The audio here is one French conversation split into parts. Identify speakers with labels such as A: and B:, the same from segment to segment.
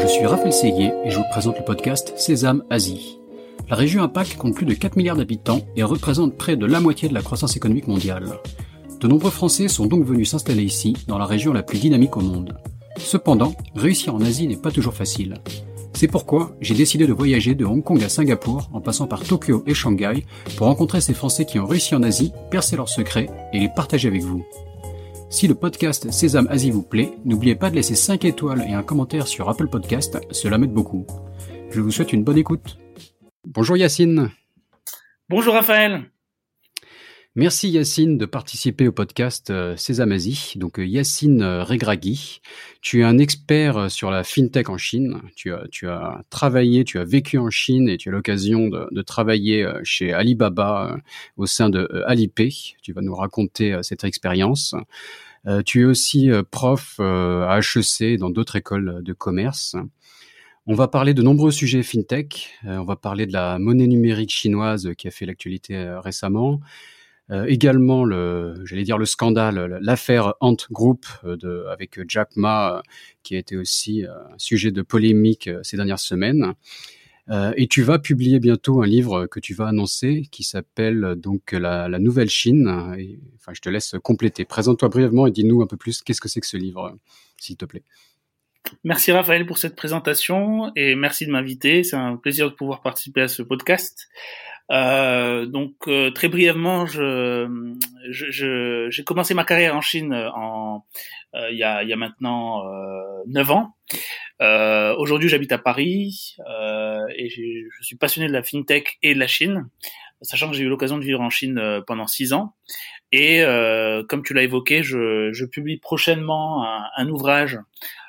A: suis Raphaël Séguier et je vous présente le podcast Sésame Asie. La région APAC compte plus de 4 milliards d'habitants et représente près de la moitié de la croissance économique mondiale. De nombreux Français sont donc venus s'installer ici, dans la région la plus dynamique au monde. Cependant, réussir en Asie n'est pas toujours facile. C'est pourquoi j'ai décidé de voyager de Hong Kong à Singapour, en passant par Tokyo et Shanghai, pour rencontrer ces Français qui ont réussi en Asie, percer leurs secrets et les partager avec vous. Si le podcast Sésame Asie vous plaît, n'oubliez pas de laisser 5 étoiles et un commentaire sur Apple Podcast, cela m'aide beaucoup. Je vous souhaite une bonne écoute. Bonjour Yacine.
B: Bonjour Raphaël.
A: Merci Yacine de participer au podcast Sésame Asie. Donc Yacine Regragui, tu es un expert sur la fintech en Chine. Tu as travaillé, tu as vécu en Chine et tu as l'occasion de travailler chez Alibaba au sein de Alipay. Tu vas nous raconter cette expérience. Tu es aussi prof à HEC et dans d'autres écoles de commerce. On va parler de nombreux sujets fintech. On va parler de la monnaie numérique chinoise qui a fait l'actualité récemment. Également le scandale, l'affaire Ant Group avec Jack Ma, qui a été aussi un sujet de polémique ces dernières semaines. Et tu vas publier bientôt un livre que tu vas annoncer qui s'appelle donc la Nouvelle Chine. Et, enfin, je te laisse compléter. Présente-toi brièvement et dis-nous un peu plus qu'est-ce que c'est que ce livre, s'il te plaît.
B: Merci Raphaël pour cette présentation et merci de m'inviter. C'est un plaisir de pouvoir participer à ce podcast. Très brièvement, j'ai commencé ma carrière en Chine il y a maintenant 9 ans. Aujourd'hui, j'habite à Paris et je suis passionné de la fintech et de la Chine, sachant que j'ai eu l'occasion de vivre en Chine pendant 6 ans. Et comme tu l'as évoqué, je publie prochainement un ouvrage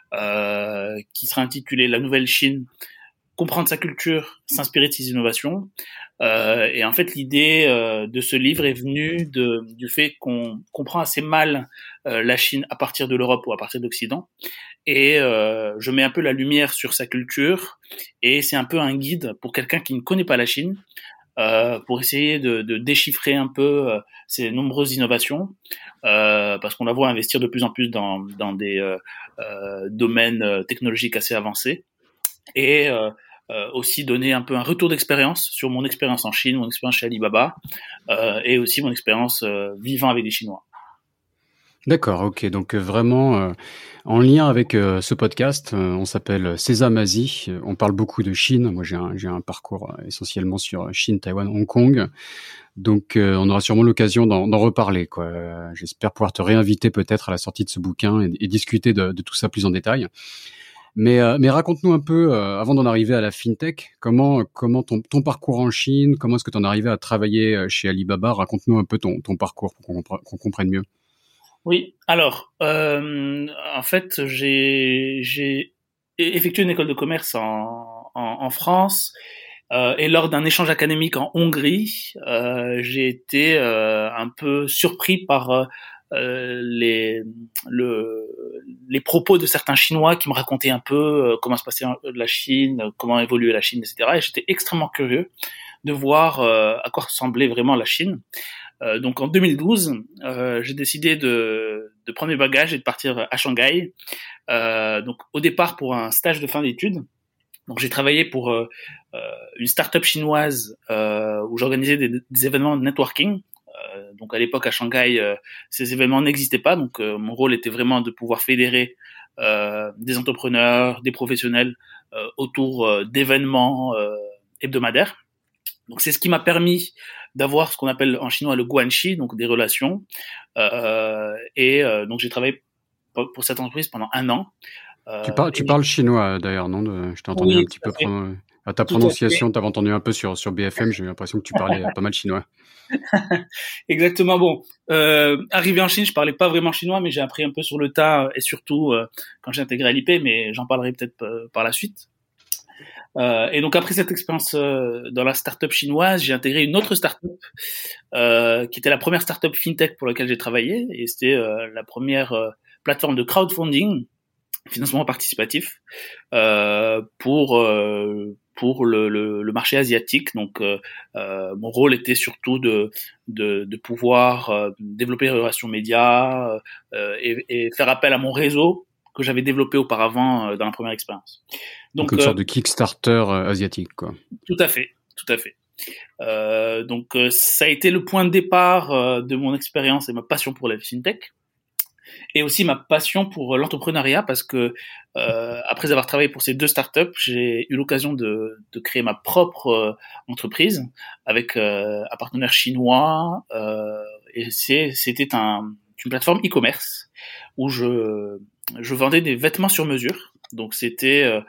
B: qui sera intitulé La Nouvelle Chine, comprendre sa culture, s'inspirer de ses innovations. Et en fait, l'idée de ce livre est venue du fait qu'on comprend assez mal la Chine à partir de l'Europe ou à partir de l'Occident. Et je mets un peu la lumière sur sa culture et c'est un peu un guide pour quelqu'un qui ne connaît pas la Chine, pour essayer de déchiffrer un peu ces nombreuses innovations, parce qu'on la voit investir de plus en plus dans des domaines technologiques assez avancés, et aussi donner un peu un retour d'expérience sur mon expérience en Chine, mon expérience chez Alibaba, et aussi mon expérience vivant avec des Chinois.
A: D'accord, ok. Donc vraiment en lien avec ce podcast, on s'appelle Sésame Asie. On parle beaucoup de Chine. Moi, j'ai un parcours essentiellement sur Chine, Taïwan, Hong Kong. Donc on aura sûrement l'occasion d'en reparler, quoi. J'espère pouvoir te réinviter peut-être à la sortie de ce bouquin et discuter de tout ça plus en détail. Mais raconte-nous un peu, avant d'en arriver à la fintech, comment ton parcours en Chine, comment est-ce que tu en es arrivé à travailler chez Alibaba? Raconte-nous un peu ton parcours pour qu'on comprenne mieux.
B: Oui, alors, en fait, j'ai effectué une école de commerce en France, et lors d'un échange académique en Hongrie, j'ai été un peu surpris par les propos de certains Chinois qui me racontaient un peu comment se passait la Chine, comment évoluait la Chine, etc. Et j'étais extrêmement curieux de voir à quoi ressemblait vraiment la Chine. Donc en 2012, j'ai décidé de prendre mes bagages et de partir à Shanghai. Donc au départ pour un stage de fin d'études. Donc j'ai travaillé pour une start-up chinoise où j'organisais des événements de networking. Donc à l'époque à Shanghai, ces événements n'existaient pas. Donc mon rôle était vraiment de pouvoir fédérer des entrepreneurs, des professionnels autour d'événements hebdomadaires. Donc c'est ce qui m'a permis d'avoir ce qu'on appelle en chinois le guanxi, donc des relations. Donc j'ai travaillé pour cette entreprise pendant 1 an.
A: Tu parles chinois d'ailleurs, non? Je t'ai entendu un petit peu à ta prononciation, t'avais entendu un peu sur BFM, j'ai eu l'impression que tu parlais pas mal chinois.
B: Exactement. Bon, arrivé en Chine, je parlais pas vraiment chinois, mais j'ai appris un peu sur le tas et surtout quand j'ai intégré Alipay, mais j'en parlerai peut-être par la suite. Et donc après cette expérience dans la start-up chinoise, j'ai intégré une autre start-up qui était la première start-up fintech pour laquelle j'ai travaillé, et c'était la première plateforme de crowdfunding, financement participatif, pour le marché asiatique. Donc mon rôle était surtout de pouvoir développer les relations médias et faire appel à mon réseau que j'avais développé auparavant dans la première expérience.
A: Donc une sorte de Kickstarter asiatique, quoi.
B: Tout à fait. Donc ça a été le point de départ de mon expérience et ma passion pour la fintech, et aussi ma passion pour l'entrepreneuriat, parce que après avoir travaillé pour ces 2 startups, j'ai eu l'occasion de créer ma propre entreprise avec un partenaire chinois, et c'était une plateforme e-commerce où je vendais des vêtements sur mesure. Donc c'était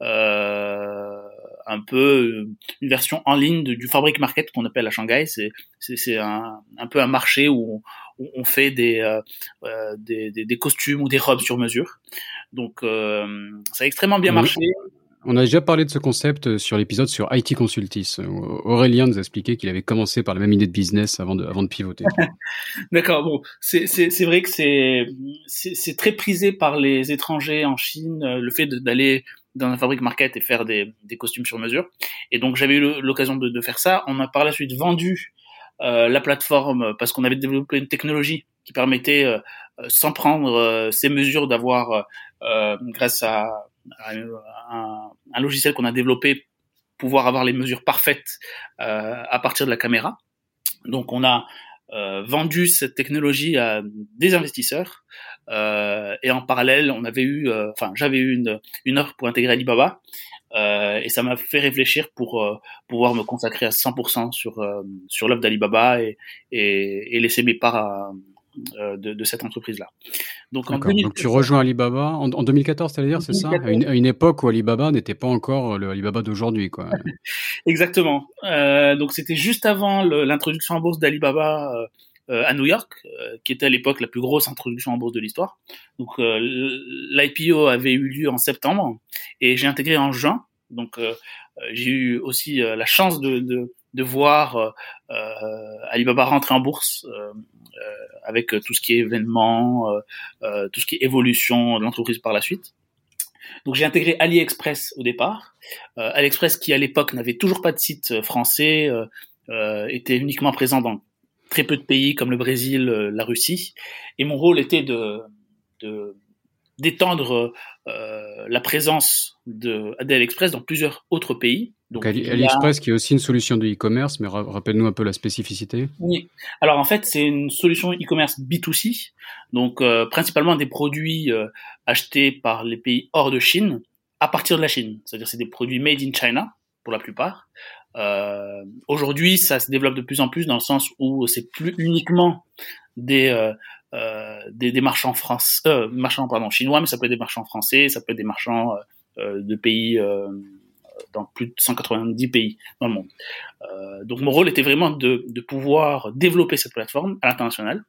B: un peu une version en ligne du fabric market qu'on appelle à Shanghai. C'est un peu un marché où on fait des costumes ou des robes sur mesure. Donc ça a extrêmement bien marché.
A: On a déjà parlé de ce concept sur l'épisode sur IT Consultis. Aurélien nous a expliqué qu'il avait commencé par la même idée de business avant de pivoter.
B: D'accord, bon, c'est vrai que c'est très prisé par les étrangers en Chine, le fait d'aller dans un fabric market et faire des costumes sur mesure. Et donc j'avais eu l'occasion de faire ça. On a par la suite vendu la plateforme parce qu'on avait développé une technologie qui permettait, sans prendre ces mesures, d'avoir, grâce à un logiciel qu'on a développé, pouvoir avoir les mesures parfaites à partir de la caméra. Donc on a vendu cette technologie à des investisseurs, et en parallèle on avait eu, j'avais eu une offre pour intégrer Alibaba, et ça m'a fait réfléchir pour pouvoir me consacrer à 100% sur l'offre d'Alibaba et laisser mes parts de cette entreprise-là. Donc,
A: donc tu rejoins Alibaba en 2014, c'est-à-dire, c'est ça, à une époque où Alibaba n'était pas encore le Alibaba d'aujourd'hui, quoi.
B: Exactement. Donc c'était juste avant l'introduction en bourse d'Alibaba à New York, qui était à l'époque la plus grosse introduction en bourse de l'histoire. Donc l'IPO avait eu lieu en septembre et j'ai intégré en juin. Donc j'ai eu aussi la chance de voir Alibaba rentrer en bourse avec tout ce qui est événement, tout ce qui est évolution de l'entreprise par la suite. Donc j'ai intégré AliExpress au départ. AliExpress, qui à l'époque n'avait toujours pas de site français, était uniquement présent dans très peu de pays comme le Brésil, la Russie. Et mon rôle était d'étendre la présence d'AliExpress dans plusieurs autres pays.
A: Donc AliExpress, qui est aussi une solution de e-commerce, mais rappelle-nous un peu la spécificité.
B: Oui, alors en fait c'est une solution e-commerce B2C, donc principalement des produits achetés par les pays hors de Chine à partir de la Chine, c'est-à-dire c'est des produits made in China pour la plupart. Aujourd'hui ça se développe de plus en plus dans le sens où c'est plus uniquement des marchands chinois, mais ça peut être des marchands français, ça peut être des marchands de pays dans plus de 190 pays dans le monde. Donc mon rôle était vraiment de pouvoir développer cette plateforme à l'international.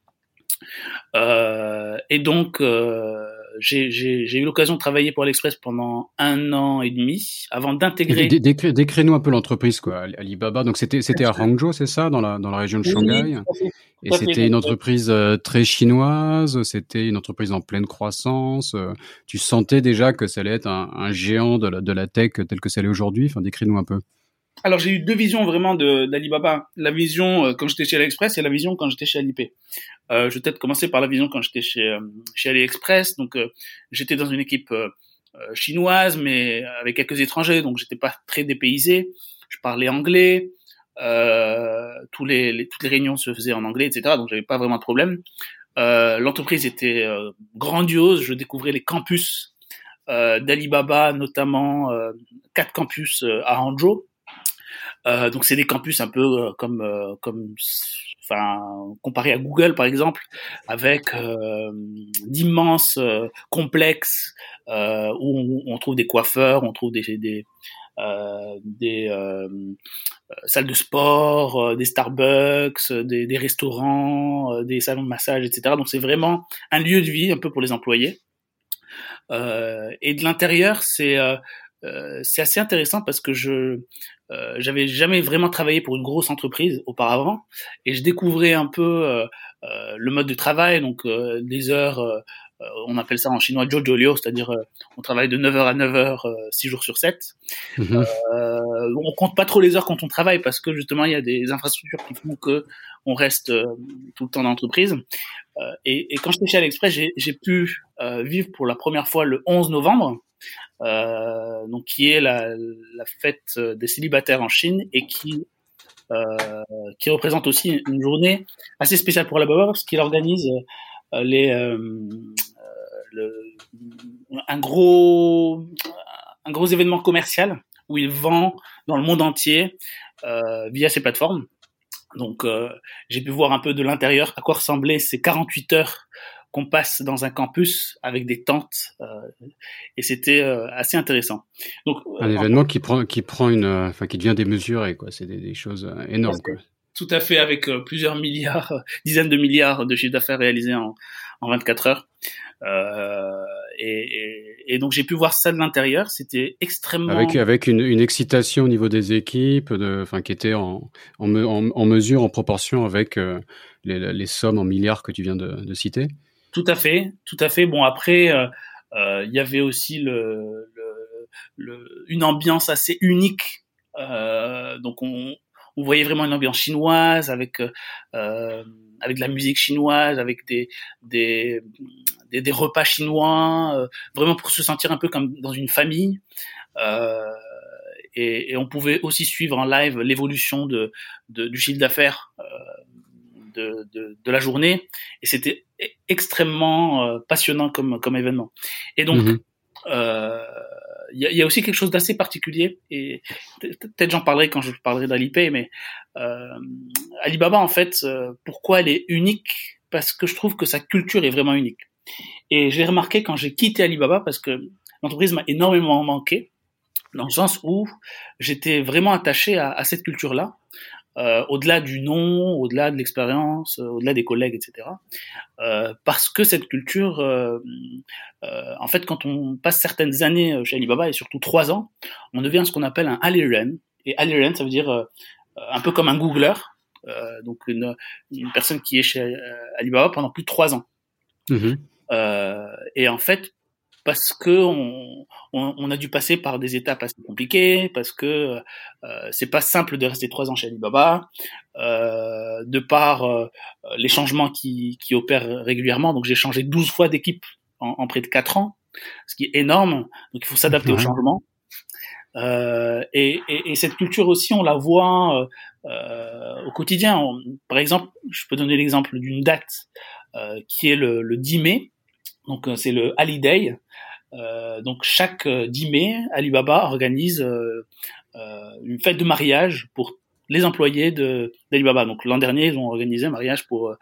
B: Et donc j'ai eu l'occasion de travailler pour AliExpress pendant 1 an et demi avant d'intégrer.
A: Décris-nous un peu l'entreprise, quoi. Alibaba. Donc c'était à Hangzhou, c'est ça, dans la région de Shanghai. Oui, et c'était une entreprise très chinoise. C'était une entreprise en pleine croissance. Tu sentais déjà que ça allait être un géant de la tech tel que ça l'est aujourd'hui. Enfin, décris-nous un peu.
B: Alors j'ai eu 2 visions vraiment d'Alibaba. La vision quand j'étais chez AliExpress et la vision quand j'étais chez Alipay. Je vais peut-être commencer par la vision quand j'étais chez AliExpress. Donc j'étais dans une équipe chinoise, mais avec quelques étrangers, donc j'étais pas très dépaysé. Je parlais anglais. Toutes les réunions se faisaient en anglais, etc. Donc j'avais pas vraiment de problème. L'entreprise était grandiose. Je découvrais les campus d'Alibaba, notamment 4 campus à Hangzhou. Donc c'est des campus un peu comparé à Google par exemple, avec d'immenses complexes où on trouve des coiffeurs, on trouve des salles de sport, des Starbucks, des restaurants, des salons de massage, etc. Donc c'est vraiment un lieu de vie un peu pour les employés. Et de l'intérieur, c'est assez intéressant parce que j'avais jamais vraiment travaillé pour une grosse entreprise auparavant et je découvrais un peu le mode de travail, donc des heures, on appelle ça en chinois Jojolio, c'est-à-dire on travaille de 9h à 9h 6 jours sur 7. On compte pas trop les heures quand on travaille parce que justement il y a des infrastructures qui font que on reste tout le temps dans l'entreprise. Et quand j'étais chez AliExpress, j'ai pu vivre pour la première fois le 11 novembre, donc qui est la fête des célibataires en Chine et qui représente aussi une journée assez spéciale pour Alibaba parce qu'il organise les le, un gros événement commercial où il vend dans le monde entier via ses plateformes. Donc j'ai pu voir un peu de l'intérieur à quoi ressemblaient ces 48 heures qu'on passe dans un campus avec des tentes et c'était assez intéressant. Donc
A: Un événement qui prend qui devient démesuré, quoi. C'est des choses énormes, quoi.
B: Tout à fait, avec plusieurs milliards, dizaines de milliards de chiffre d'affaires réalisés en 24 heures. Et donc j'ai pu voir ça de l'intérieur. C'était extrêmement
A: avec une excitation au niveau des équipes, qui était en mesure, en proportion avec les sommes en milliards que tu viens de citer.
B: Tout à fait. Bon après, il y avait aussi une ambiance assez unique. Donc on voyait vraiment une ambiance chinoise avec de la musique chinoise, avec des repas chinois, vraiment pour se sentir un peu comme dans une famille. Et on pouvait aussi suivre en live l'évolution du chiffre d'affaires de la journée. Et c'était extrêmement passionnant comme événement. Et donc, il y a aussi quelque chose d'assez particulier, et peut-être j'en parlerai quand je parlerai d'Alipay, mais Alibaba, en fait, pourquoi elle est unique? Parce que je trouve que sa culture est vraiment unique. Et j'ai remarqué quand j'ai quitté Alibaba, parce que l'entreprise m'a énormément manqué, dans le sens où j'étais vraiment attaché à cette culture-là, au-delà du nom, au-delà de l'expérience, au-delà des collègues, etc. Parce que cette culture, en fait, quand on passe certaines années chez Alibaba, et surtout 3 ans, on devient ce qu'on appelle un Aliren. Et Aliren, ça veut dire un peu comme un Googler, donc une personne qui est chez Alibaba pendant plus de 3 ans. Et en fait, parce que on a dû passer par des étapes assez compliquées, parce que c'est pas simple de rester 3 ans chez Alibaba, de par les changements qui opèrent régulièrement. Donc j'ai changé 12 fois d'équipe en près de 4 ans, ce qui est énorme. Donc il faut s'adapter au changement. Et cette culture aussi, on la voit au quotidien. Par exemple, je peux donner l'exemple d'une date qui est le 10 mai. Donc c'est le Ali Day. Donc chaque 10 mai, Alibaba organise une fête de mariage pour les employés d'Alibaba. Donc l'an dernier, ils ont organisé un mariage pour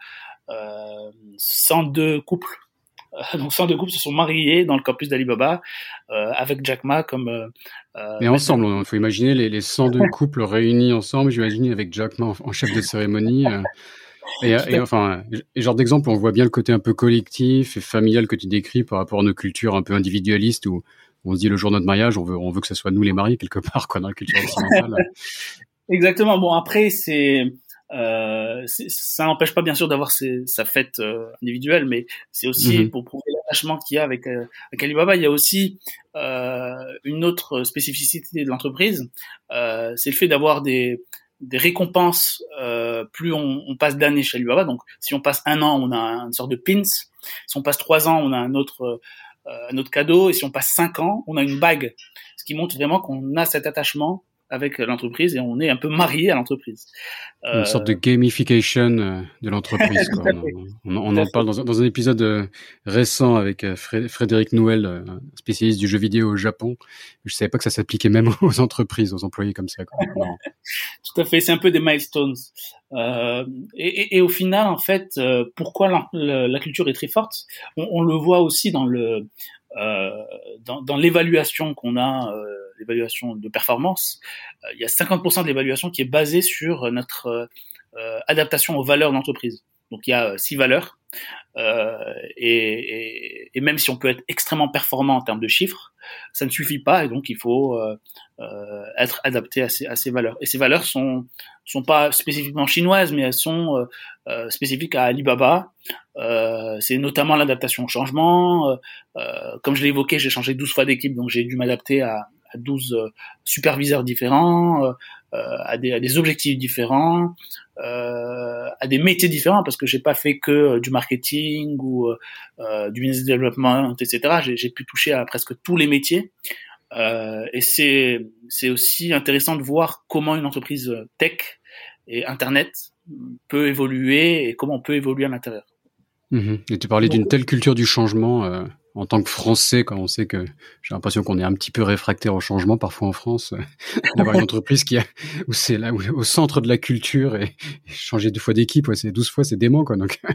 B: 102 couples. Donc 102 couples se sont mariés dans le campus d'Alibaba avec Jack Ma comme...
A: Mais ensemble, il faut imaginer les 102 couples réunis ensemble, j'imagine, avec Jack Ma en chef de cérémonie. Et genre d'exemple, on voit bien le côté un peu collectif et familial que tu décris par rapport à nos cultures un peu individualistes où on se dit le jour de notre mariage, on veut que ce soit nous les mariés quelque part, quoi, dans la culture occidentale.
B: Exactement. Bon, après, ça n'empêche pas bien sûr d'avoir sa fête individuelle, mais c'est aussi pour prouver l'attachement qu'il y a avec Alibaba. Il y a aussi une autre spécificité de l'entreprise, c'est le fait d'avoir des récompenses plus on passe d'années chez Alibaba. Donc si on passe 1 an, on a une sorte de pins. Si on passe 3 ans, on a un autre cadeau. Et si on passe 5 ans, on a une bague. Ce qui montre vraiment qu'on a cet attachement avec l'entreprise et on est un peu marié à l'entreprise.
A: Une sorte de gamification de l'entreprise, quoi. On en parle dans un épisode récent avec Frédéric Nouel, spécialiste du jeu vidéo au Japon. Je savais pas que ça s'appliquait même aux entreprises, aux employés comme ça, quoi.
B: Tout à fait, c'est un peu des milestones. Et au final, en fait, pourquoi la culture est très forte, on le voit aussi dans l'évaluation qu'on a, l'évaluation de performance. Il y a 50% de l'évaluation qui est basée sur notre adaptation aux valeurs d'entreprise. Donc il y a 6 valeurs, et même si on peut être extrêmement performant en termes de chiffres, ça ne suffit pas, et donc il faut être adapté à ces valeurs. Et ces valeurs sont pas spécifiquement chinoises, mais elles sont spécifiques à Alibaba. C'est notamment l'adaptation au changement. Comme je l'ai évoqué, j'ai changé 12 fois d'équipe, donc j'ai dû m'adapter à à 12 superviseurs différents, à des objectifs différents, à des métiers différents, parce que j'ai pas fait que du marketing ou du business development, etc. J'ai pu toucher à presque tous les métiers. Et c'est aussi intéressant de voir comment une entreprise tech et Internet peut évoluer et comment on peut évoluer à l'intérieur.
A: Et tu parlais d'une telle culture du changement en tant que Français, quand on sait que j'ai l'impression qu'on est un petit peu réfractaire au changement parfois en France, d'avoir une entreprise où c'est là au centre de la culture et changer 2 fois d'équipe, c'est 12 fois, c'est dément quoi. Donc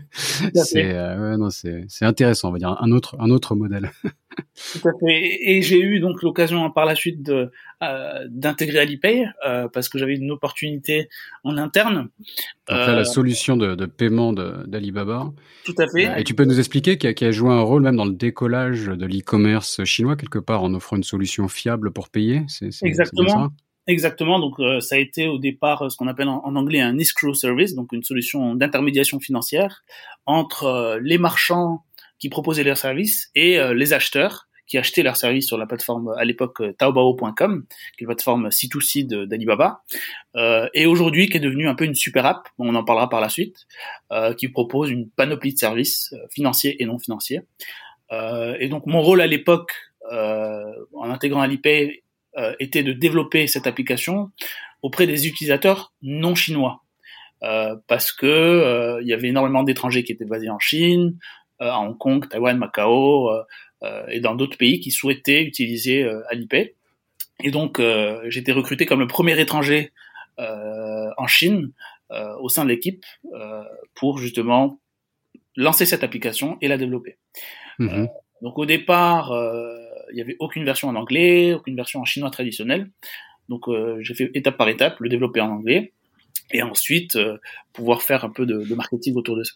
A: c'est intéressant, on va dire un autre modèle.
B: Tout à fait. Et j'ai eu donc l'occasion par la suite d'intégrer Alipay parce que j'avais une opportunité en interne.
A: Donc là, la solution de paiement d'Alibaba.
B: Tout à fait.
A: Et tu peux nous expliquer qui a joué un rôle même dans le décollage de l'e-commerce chinois quelque part en offrant une solution fiable pour payer. C'est
B: Exactement.
A: bien ça.
B: Exactement. Donc ça a été au départ ce qu'on appelle en anglais un escrow service, donc une solution d'intermédiation financière entre les marchands qui proposaient leurs services et les acheteurs qui achetaient leurs services sur la plateforme à l'époque Taobao.com, qui est la plateforme C2C d'Alibaba, et aujourd'hui qui est devenue un peu une super app, on en parlera par la suite, qui propose une panoplie de services financiers et non financiers. Et donc mon rôle à l'époque, en intégrant Alipay, était de développer cette application auprès des utilisateurs non chinois, parce que il y avait énormément d'étrangers qui étaient basés en Chine, à Hong Kong, Taïwan, Macao, et dans d'autres pays qui souhaitaient utiliser Alipay. Et donc, j'ai été recruté comme le premier étranger en Chine au sein de l'équipe pour justement lancer cette application et la développer. Donc au départ, il n'y avait aucune version en anglais, aucune version en chinois traditionnel. Donc j'ai fait étape par étape, le développer en anglais et ensuite pouvoir faire un peu de marketing autour de ça.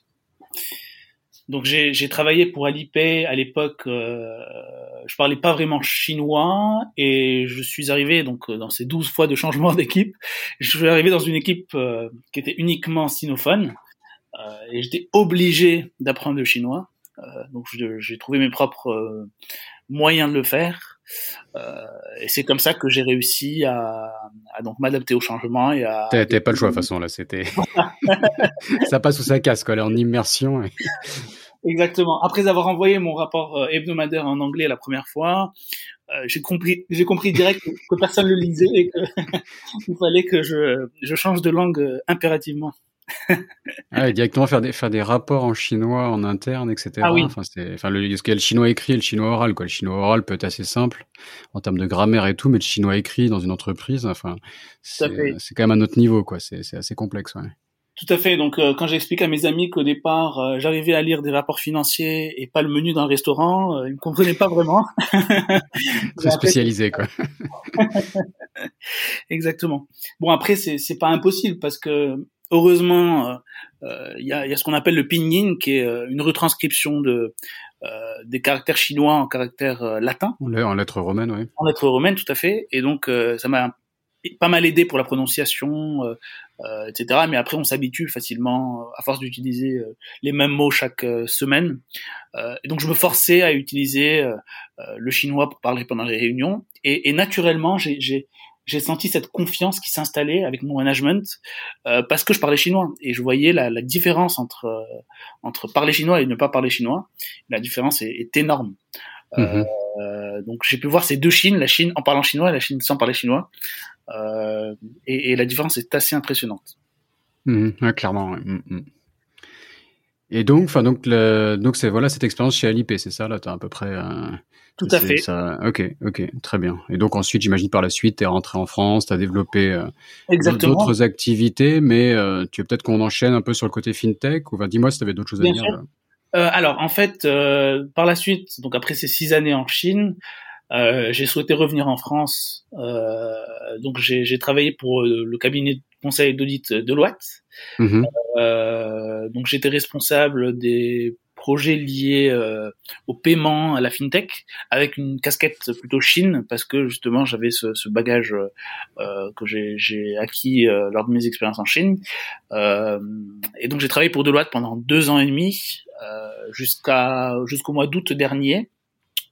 B: Donc j'ai travaillé pour Alipay à l'époque. Je parlais pas vraiment chinois et je suis arrivé donc dans ces 12 fois de changement d'équipe. Je suis arrivé dans une équipe qui était uniquement sinophone et j'étais obligé d'apprendre le chinois. Donc j'ai trouvé mes propres moyens de le faire. Et c'est comme ça que j'ai réussi à donc m'adapter au changement et à.
A: T'avais pas le choix de toute façon là, c'était ça passe ou ça casse quoi, elle est en immersion.
B: Exactement. Après avoir envoyé mon rapport hebdomadaire en anglais la première fois, j'ai compris direct que personne le lisait et que il fallait que je change de langue impérativement.
A: Et directement faire des rapports en chinois en interne, etc.
B: Ah oui.
A: Parce qu'il y a le chinois écrit et le chinois oral, quoi. Le chinois oral peut être assez simple en termes de grammaire et tout, mais le chinois écrit dans une entreprise, c'est quand même un autre niveau, quoi. C'est assez complexe, ouais.
B: Tout à fait. Donc, quand j'explique à mes amis qu'au départ, j'arrivais à lire des rapports financiers et pas le menu d'un restaurant, ils me comprenaient pas vraiment.
A: Très spécialisé, quoi.
B: Exactement. Bon, après, c'est pas impossible parce que heureusement, il y a ce qu'on appelle le pinyin, qui est une retranscription des caractères chinois en caractères latins.
A: En lettres romaines, oui.
B: En lettres romaines, tout à fait. Et donc, ça m'a pas mal aidé pour la prononciation, etc. Mais après, on s'habitue facilement à force d'utiliser les mêmes mots chaque semaine. Et donc, je me forçais à utiliser le chinois pour parler pendant les réunions. Et naturellement, j'ai senti cette confiance qui s'installait avec mon management parce que je parlais chinois et je voyais la différence entre parler chinois et ne pas parler chinois. La différence est énorme. Donc j'ai pu voir ces deux Chines, la Chine en parlant chinois et la Chine sans parler chinois, et la différence est assez impressionnante.
A: Ouais, clairement. Ouais. Et donc c'est voilà cette expérience chez Alipay, c'est ça là, t'as à peu près.
B: Tout à fait.
A: Ça, ok, très bien. Et donc ensuite, j'imagine par la suite, t'es rentré en France, t'as développé d'autres activités, mais tu veux peut-être qu'on enchaîne un peu sur le côté fintech, ou dis-moi si t'avais d'autres choses à dire.
B: Alors en fait, par la suite, donc après ces 6 années en Chine, j'ai souhaité revenir en France. Donc j'ai travaillé pour le cabinet de conseil d'audit Deloitte. Donc j'étais responsable des projets liés au paiement, à la fintech, avec une casquette plutôt Chine, parce que justement j'avais ce bagage que j'ai acquis lors de mes expériences en Chine. Et donc j'ai travaillé pour Deloitte pendant 2 ans et demi, jusqu'au mois d'août dernier.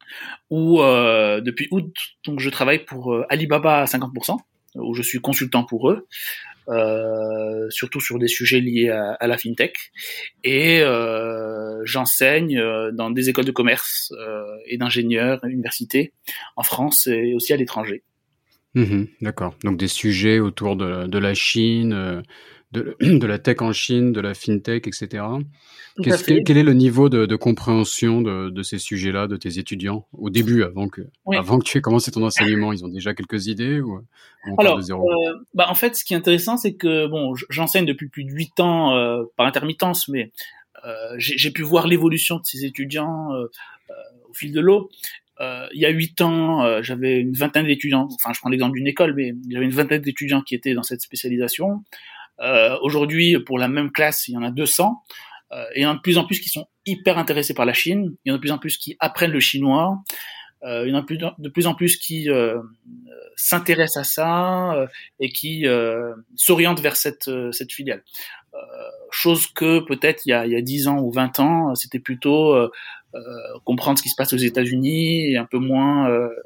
B: où depuis août, donc je travaille pour Alibaba à 50%, où je suis consultant pour eux, surtout sur des sujets liés à la fintech, et j'enseigne dans des écoles de commerce et d'ingénieurs, universités en France et aussi à l'étranger.
A: D'accord. Donc des sujets autour de la Chine, de la tech en Chine, de la fintech, etc.
B: Tout à fait.
A: Quel est le niveau de compréhension de ces sujets-là, de tes étudiants, au début,
B: Oui.
A: avant que tu aies commencé ton enseignement? Ils ont déjà quelques idées ou on part de
B: Alors,
A: zéro?
B: en fait, ce qui est intéressant, c'est que bon, j'enseigne depuis plus de 8 ans par intermittence, mais j'ai pu voir l'évolution de ces étudiants au fil de l'eau. Il y a 8 ans, j'avais une vingtaine d'étudiants. Enfin, je prends l'exemple d'une école, mais j'avais une vingtaine d'étudiants qui étaient dans cette spécialisation. Aujourd'hui, pour la même classe, il y en a 200. Et il y en a de plus en plus qui sont hyper intéressés par la Chine. Il y en a de plus en plus qui apprennent le chinois. Il y en a de plus en plus qui s'intéressent à ça et qui s'orientent vers cette filiale. Chose que peut-être il y a 10 ans ou 20 ans, c'était plutôt comprendre ce qui se passe aux États-Unis et un peu moins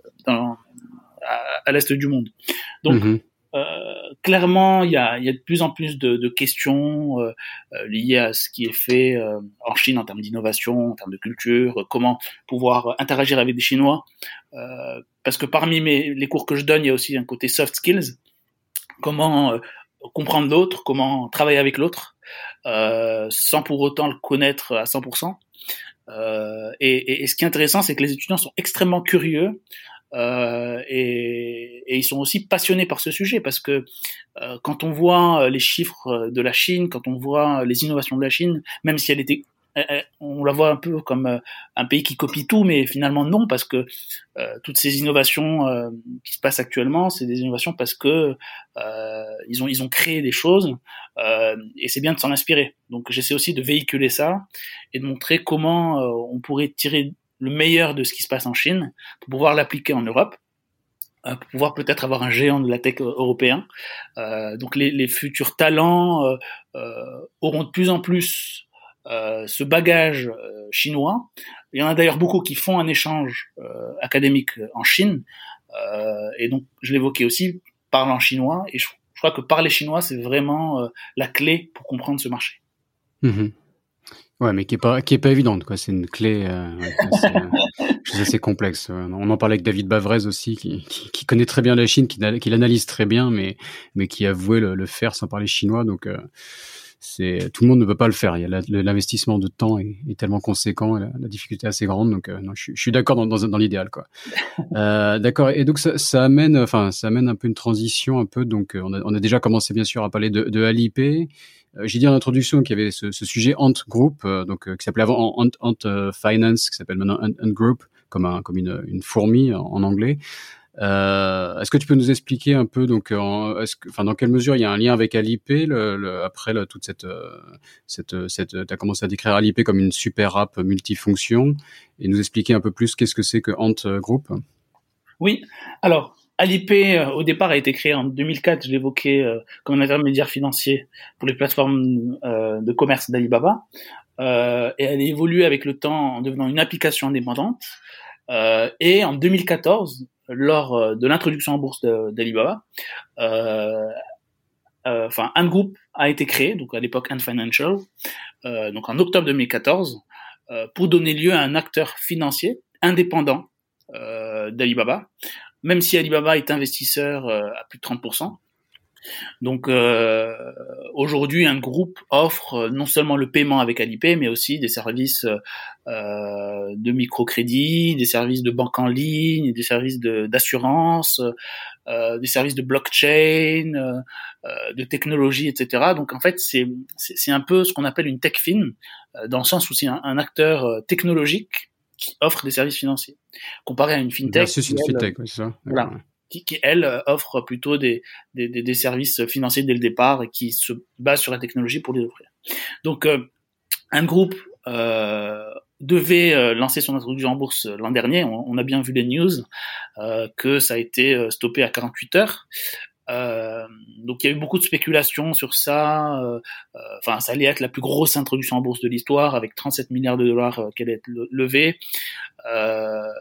B: à l'est du monde. Donc, clairement, il y a de plus en plus de questions liées à ce qui est fait en Chine en termes d'innovation, en termes de culture, comment pouvoir interagir avec des Chinois. Parce que parmi les cours que je donne, il y a aussi un côté soft skills. Comment comprendre l'autre, comment travailler avec l'autre, sans pour autant le connaître à 100%. Et ce qui est intéressant, c'est que les étudiants sont extrêmement curieux. Et ils sont aussi passionnés par ce sujet parce que quand on voit les chiffres de la Chine, quand on voit les innovations de la Chine, même si on la voit un peu comme un pays qui copie tout, mais finalement non, parce que toutes ces innovations qui se passent actuellement, c'est des innovations parce que ils ont créé des choses et c'est bien de s'en inspirer. Donc j'essaie aussi de véhiculer ça et de montrer comment on pourrait tirer le meilleur de ce qui se passe en Chine pour pouvoir l'appliquer en Europe, pour pouvoir peut-être avoir un géant de la tech européen. Donc les futurs talents auront de plus en plus ce bagage chinois. Il y en a d'ailleurs beaucoup qui font un échange académique en Chine, et donc je l'évoquais aussi, parlent en chinois, et je crois que parler chinois, c'est vraiment la clé pour comprendre ce marché.
A: Ouais, mais qui est pas évidente, quoi. C'est une clé, chose assez complexe. On en parlait avec David Bavrez aussi, qui connaît très bien la Chine, qui l'analyse très bien, mais qui a voué le faire sans parler chinois. Donc, tout le monde ne peut pas le faire. Il y a l'investissement de temps est tellement conséquent, et la difficulté est assez grande. Donc, non, je suis d'accord dans l'idéal, quoi. D'accord. Et donc ça amène un peu une transition un peu. Donc, on a déjà commencé bien sûr à parler de Alipay. J'ai dit en introduction qu'il y avait ce sujet Ant Group, qui s'appelait avant Ant Finance, qui s'appelle maintenant Ant Group, comme une fourmi en anglais. Est-ce que tu peux nous expliquer un peu dans quelle mesure il y a un lien avec Alipay après toute t'as commencé à décrire Alipay comme une super app multifonction et nous expliquer un peu plus qu'est-ce que c'est que Ant Group?
B: Oui, alors Alipay au départ a été créé en 2004, je l'évoquais, comme un intermédiaire financier pour les plateformes de commerce d'Alibaba, et elle a évolué avec le temps en devenant une application indépendante, et en 2014, lors de l'introduction en bourse d'Alibaba, Ant Group a été créé, donc à l'époque Ant Financial, donc en octobre 2014, pour donner lieu à un acteur financier indépendant d'Alibaba, même si Alibaba est investisseur à plus de 30%. Donc aujourd'hui, un groupe offre non seulement le paiement avec Alipay, mais aussi des services de microcrédit, des services de banque en ligne, des services d'assurance, des services de blockchain, de technologie, etc. Donc en fait, c'est un peu ce qu'on appelle une tech fin, dans le sens où c'est un acteur technologique qui offre des services financiers, comparé à une fintech.
A: Versus une fintech, oui, c'est ça.
B: Voilà. Qui elle offre plutôt des services financiers dès le départ et qui se base sur la technologie pour les offrir. Donc un groupe devait lancer son introduction en bourse l'an dernier. On a bien vu les news que ça a été stoppé à 48 heures. Donc il y a eu beaucoup de spéculations sur ça. Ça allait être la plus grosse introduction en bourse de l'histoire avec 37 milliards de dollars qu'elle est levée.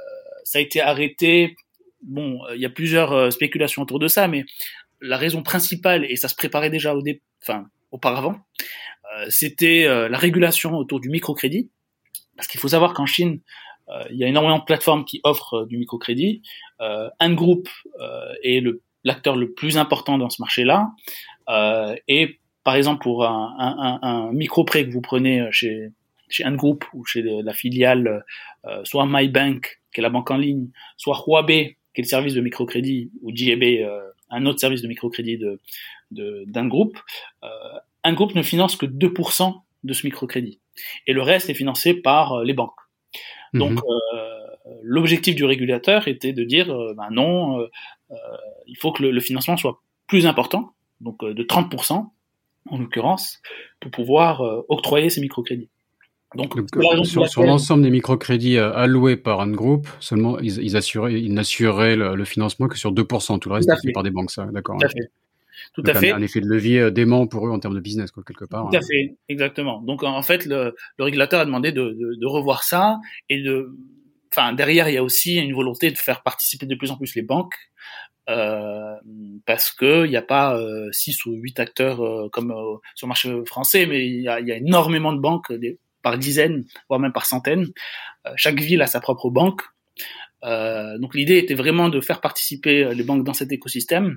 B: Ça a été arrêté. Bon, il y a plusieurs spéculations autour de ça, mais la raison principale, et ça se préparait déjà auparavant, c'était la régulation autour du microcrédit. Parce qu'il faut savoir qu'en Chine, il y a énormément de plateformes qui offrent du microcrédit. Ant Group est l'acteur le plus important dans ce marché-là. Et par exemple, pour un micro-prêt que vous prenez chez Ant Group ou chez la filiale, soit MyBank, qui est la banque en ligne, soit Huobi, qui est le service de microcrédit, ou JB, un autre service de microcrédit d'Ant Group, Ant Group ne finance que 2% de ce microcrédit. Et le reste est financé par les banques. Donc, l'objectif du régulateur était de dire, non, il faut que le financement soit plus important, donc de 30%, en l'occurrence, pour pouvoir octroyer ces microcrédits. Donc
A: sur l'ensemble des microcrédits alloués par Ant Group, seulement ils n'assuraient le financement que sur 2%. Tout le reste était fait par des banques, ça, d'accord.
B: Tout à fait. Tout à fait.
A: Un effet de levier dément pour eux en termes de business, quoi, quelque part.
B: Tout à fait, exactement. Donc en fait, le régulateur a demandé de revoir ça et derrière il y a aussi une volonté de faire participer de plus en plus les banques. Parce que il n'y a pas 6 ou 8 acteurs comme sur le marché français, mais il y a énormément de banques, par dizaines, voire même par centaines. Chaque ville a sa propre banque. Donc l'idée était vraiment de faire participer les banques dans cet écosystème.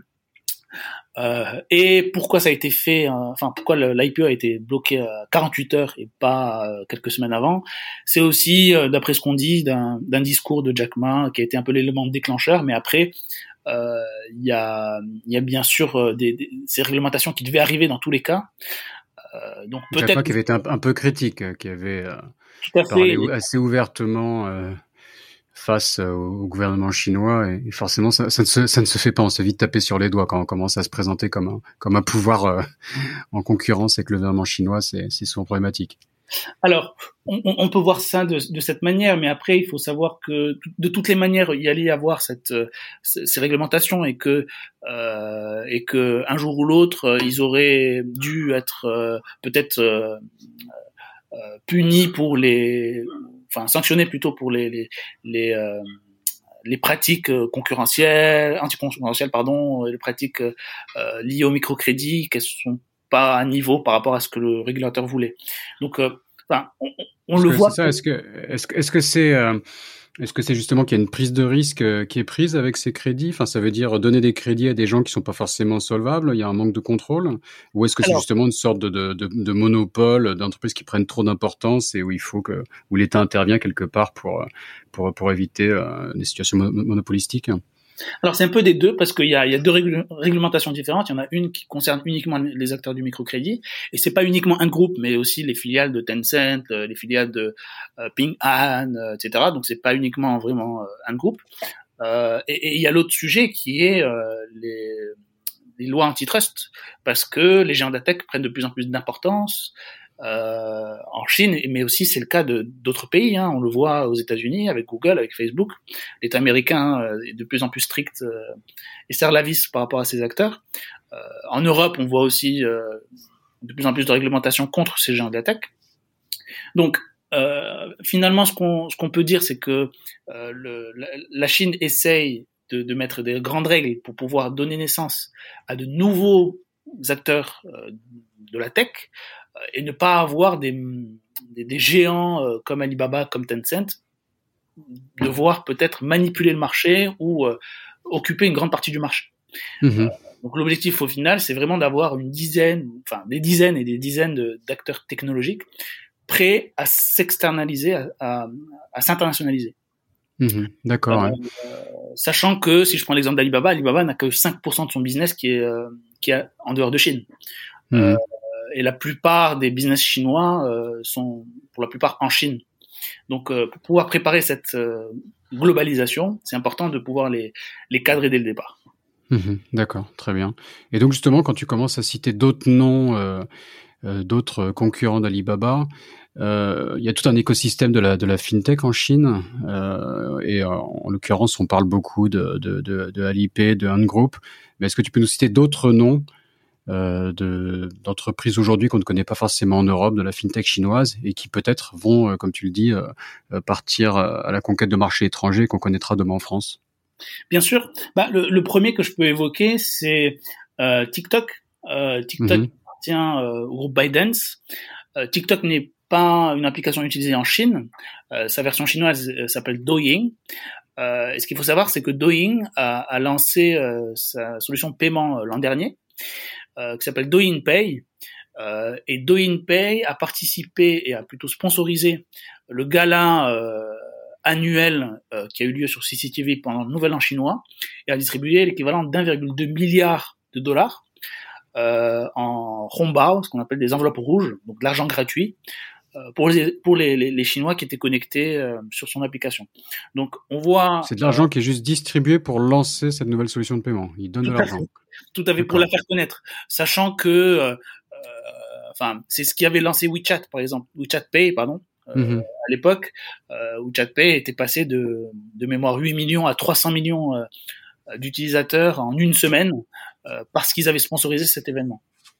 B: Et pourquoi ça a été fait, pourquoi l'IPO a été bloqué à 48 heures et pas quelques semaines avant, c'est aussi, d'après ce qu'on dit, d'un discours de Jack Ma qui a été un peu l'élément déclencheur, mais après, il y a bien sûr ces réglementations qui devaient arriver dans tous les cas. Donc peut-être
A: Jack Ma qui avait été un peu critique, qui avait parlé assez ouvertement face au gouvernement chinois, et forcément ça ne se fait pas. On se fait vite taper sur les doigts quand on commence à se présenter comme un pouvoir en concurrence avec le gouvernement chinois. C'est souvent problématique.
B: Alors, on peut voir ça de cette manière, mais après, il faut savoir que de toutes les manières, il y allait y avoir ces réglementations et que un jour ou l'autre, ils auraient dû être peut-être punis sanctionnés plutôt pour les pratiques anticoncurrentielles, les pratiques liées au microcrédit, qu'elles sont pas à niveau par rapport à ce que le régulateur voulait. Donc, on le voit.
A: C'est ça. Est-ce que c'est justement qu'il y a une prise de risque qui est prise avec ces crédits? Enfin, ça veut dire donner des crédits à des gens qui sont pas forcément solvables. Il y a un manque de contrôle, ou est-ce que c'est justement une sorte de monopole d'entreprises qui prennent trop d'importance et où l'État intervient quelque part pour éviter des situations monopolistiques?
B: Alors c'est un peu des deux, parce qu'il y a deux réglementations différentes. Il y en a une qui concerne uniquement les acteurs du microcrédit, et c'est pas uniquement un groupe, mais aussi les filiales de Tencent, les filiales de Ping An, etc. Donc c'est pas uniquement vraiment un groupe. Et il y a l'autre sujet qui est les lois antitrust, parce que les géants de la tech prennent de plus en plus d'importance en Chine, mais aussi c'est le cas d'autres pays. On le voit aux États-Unis avec Google, avec Facebook. L'État américain est de plus en plus strict et serre la vis par rapport à ces acteurs. En Europe, on voit aussi de plus en plus de réglementation contre ces géants de la tech. Donc finalement, ce qu'on peut dire, c'est que la Chine essaye de mettre des grandes règles pour pouvoir donner naissance à de nouveaux acteurs de la tech, et ne pas avoir des géants comme Alibaba, comme Tencent, devoir peut-être manipuler le marché ou occuper une grande partie du marché. Donc l'objectif au final, c'est vraiment d'avoir des dizaines et des dizaines d'acteurs technologiques prêts à s'externaliser, à s'internationaliser.
A: D'accord.
B: Sachant que, si je prends l'exemple d'Alibaba, Alibaba n'a que 5% de son business qui est en dehors de Chine. Et la plupart des business chinois sont pour la plupart en Chine. Donc pour pouvoir préparer cette globalisation, c'est important de pouvoir les cadrer dès le départ.
A: D'accord, très bien. Et donc justement, quand tu commences à citer d'autres noms, d'autres concurrents d'Alibaba, il y a tout un écosystème de la fintech en Chine, et en l'occurrence, on parle beaucoup de Alipay, de Ant Group. Mais est-ce que tu peux nous citer d'autres noms d'entreprises aujourd'hui qu'on ne connaît pas forcément en Europe, de la fintech chinoise, et qui peut-être vont, comme tu le dis, partir à la conquête de marchés étrangers qu'on connaîtra demain en France.
B: Bien sûr. Le premier que je peux évoquer, c'est TikTok. TikTok appartient au groupe ByteDance. TikTok n'est pas une application utilisée en Chine. Sa version chinoise s'appelle Douyin. Et ce qu'il faut savoir, c'est que Douyin a lancé sa solution de paiement l'an dernier, qui s'appelle Douyin Pay. Et Douyin Pay a participé et a plutôt sponsorisé le gala annuel qui a eu lieu sur CCTV pendant le Nouvel An chinois et a distribué l'équivalent d'1,2 milliard de dollars en hongbao, ce qu'on appelle des enveloppes rouges, donc de l'argent gratuit, pour les Chinois qui étaient connectés sur son application. Donc on voit...
A: C'est de l'argent qui est juste distribué pour lancer cette nouvelle solution de paiement. Ils donnent de l'argent.
B: Tout à fait, pour la faire connaître. Sachant que c'est ce qui avait lancé WeChat, par exemple. WeChat Pay, pardon. À l'époque, WeChat Pay était passé de mémoire 8 millions à 300 millions d'utilisateurs en une semaine parce qu'ils avaient sponsorisé cet événement.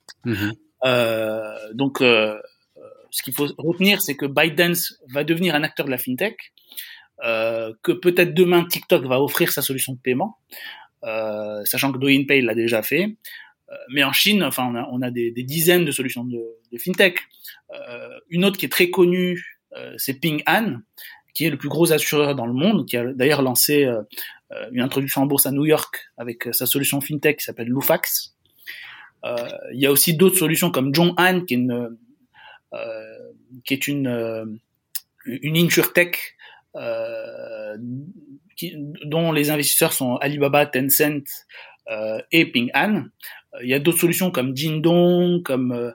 B: Donc, ce qu'il faut retenir, c'est que ByteDance va devenir un acteur de la fintech, que peut-être demain TikTok va offrir sa solution de paiement, sachant que Douyin Pay l'a déjà fait. Mais en Chine, on a des dizaines de solutions de fintech. Une autre qui est très connue, c'est Ping An, qui est le plus gros assureur dans le monde, qui a d'ailleurs lancé une introduction en bourse à New York avec sa solution fintech qui s'appelle Lufax. Il y a aussi d'autres solutions comme Zhong'an, qui est une insurtech dont les investisseurs sont Alibaba, Tencent et Ping An. Il y a d'autres solutions comme Jingdong, comme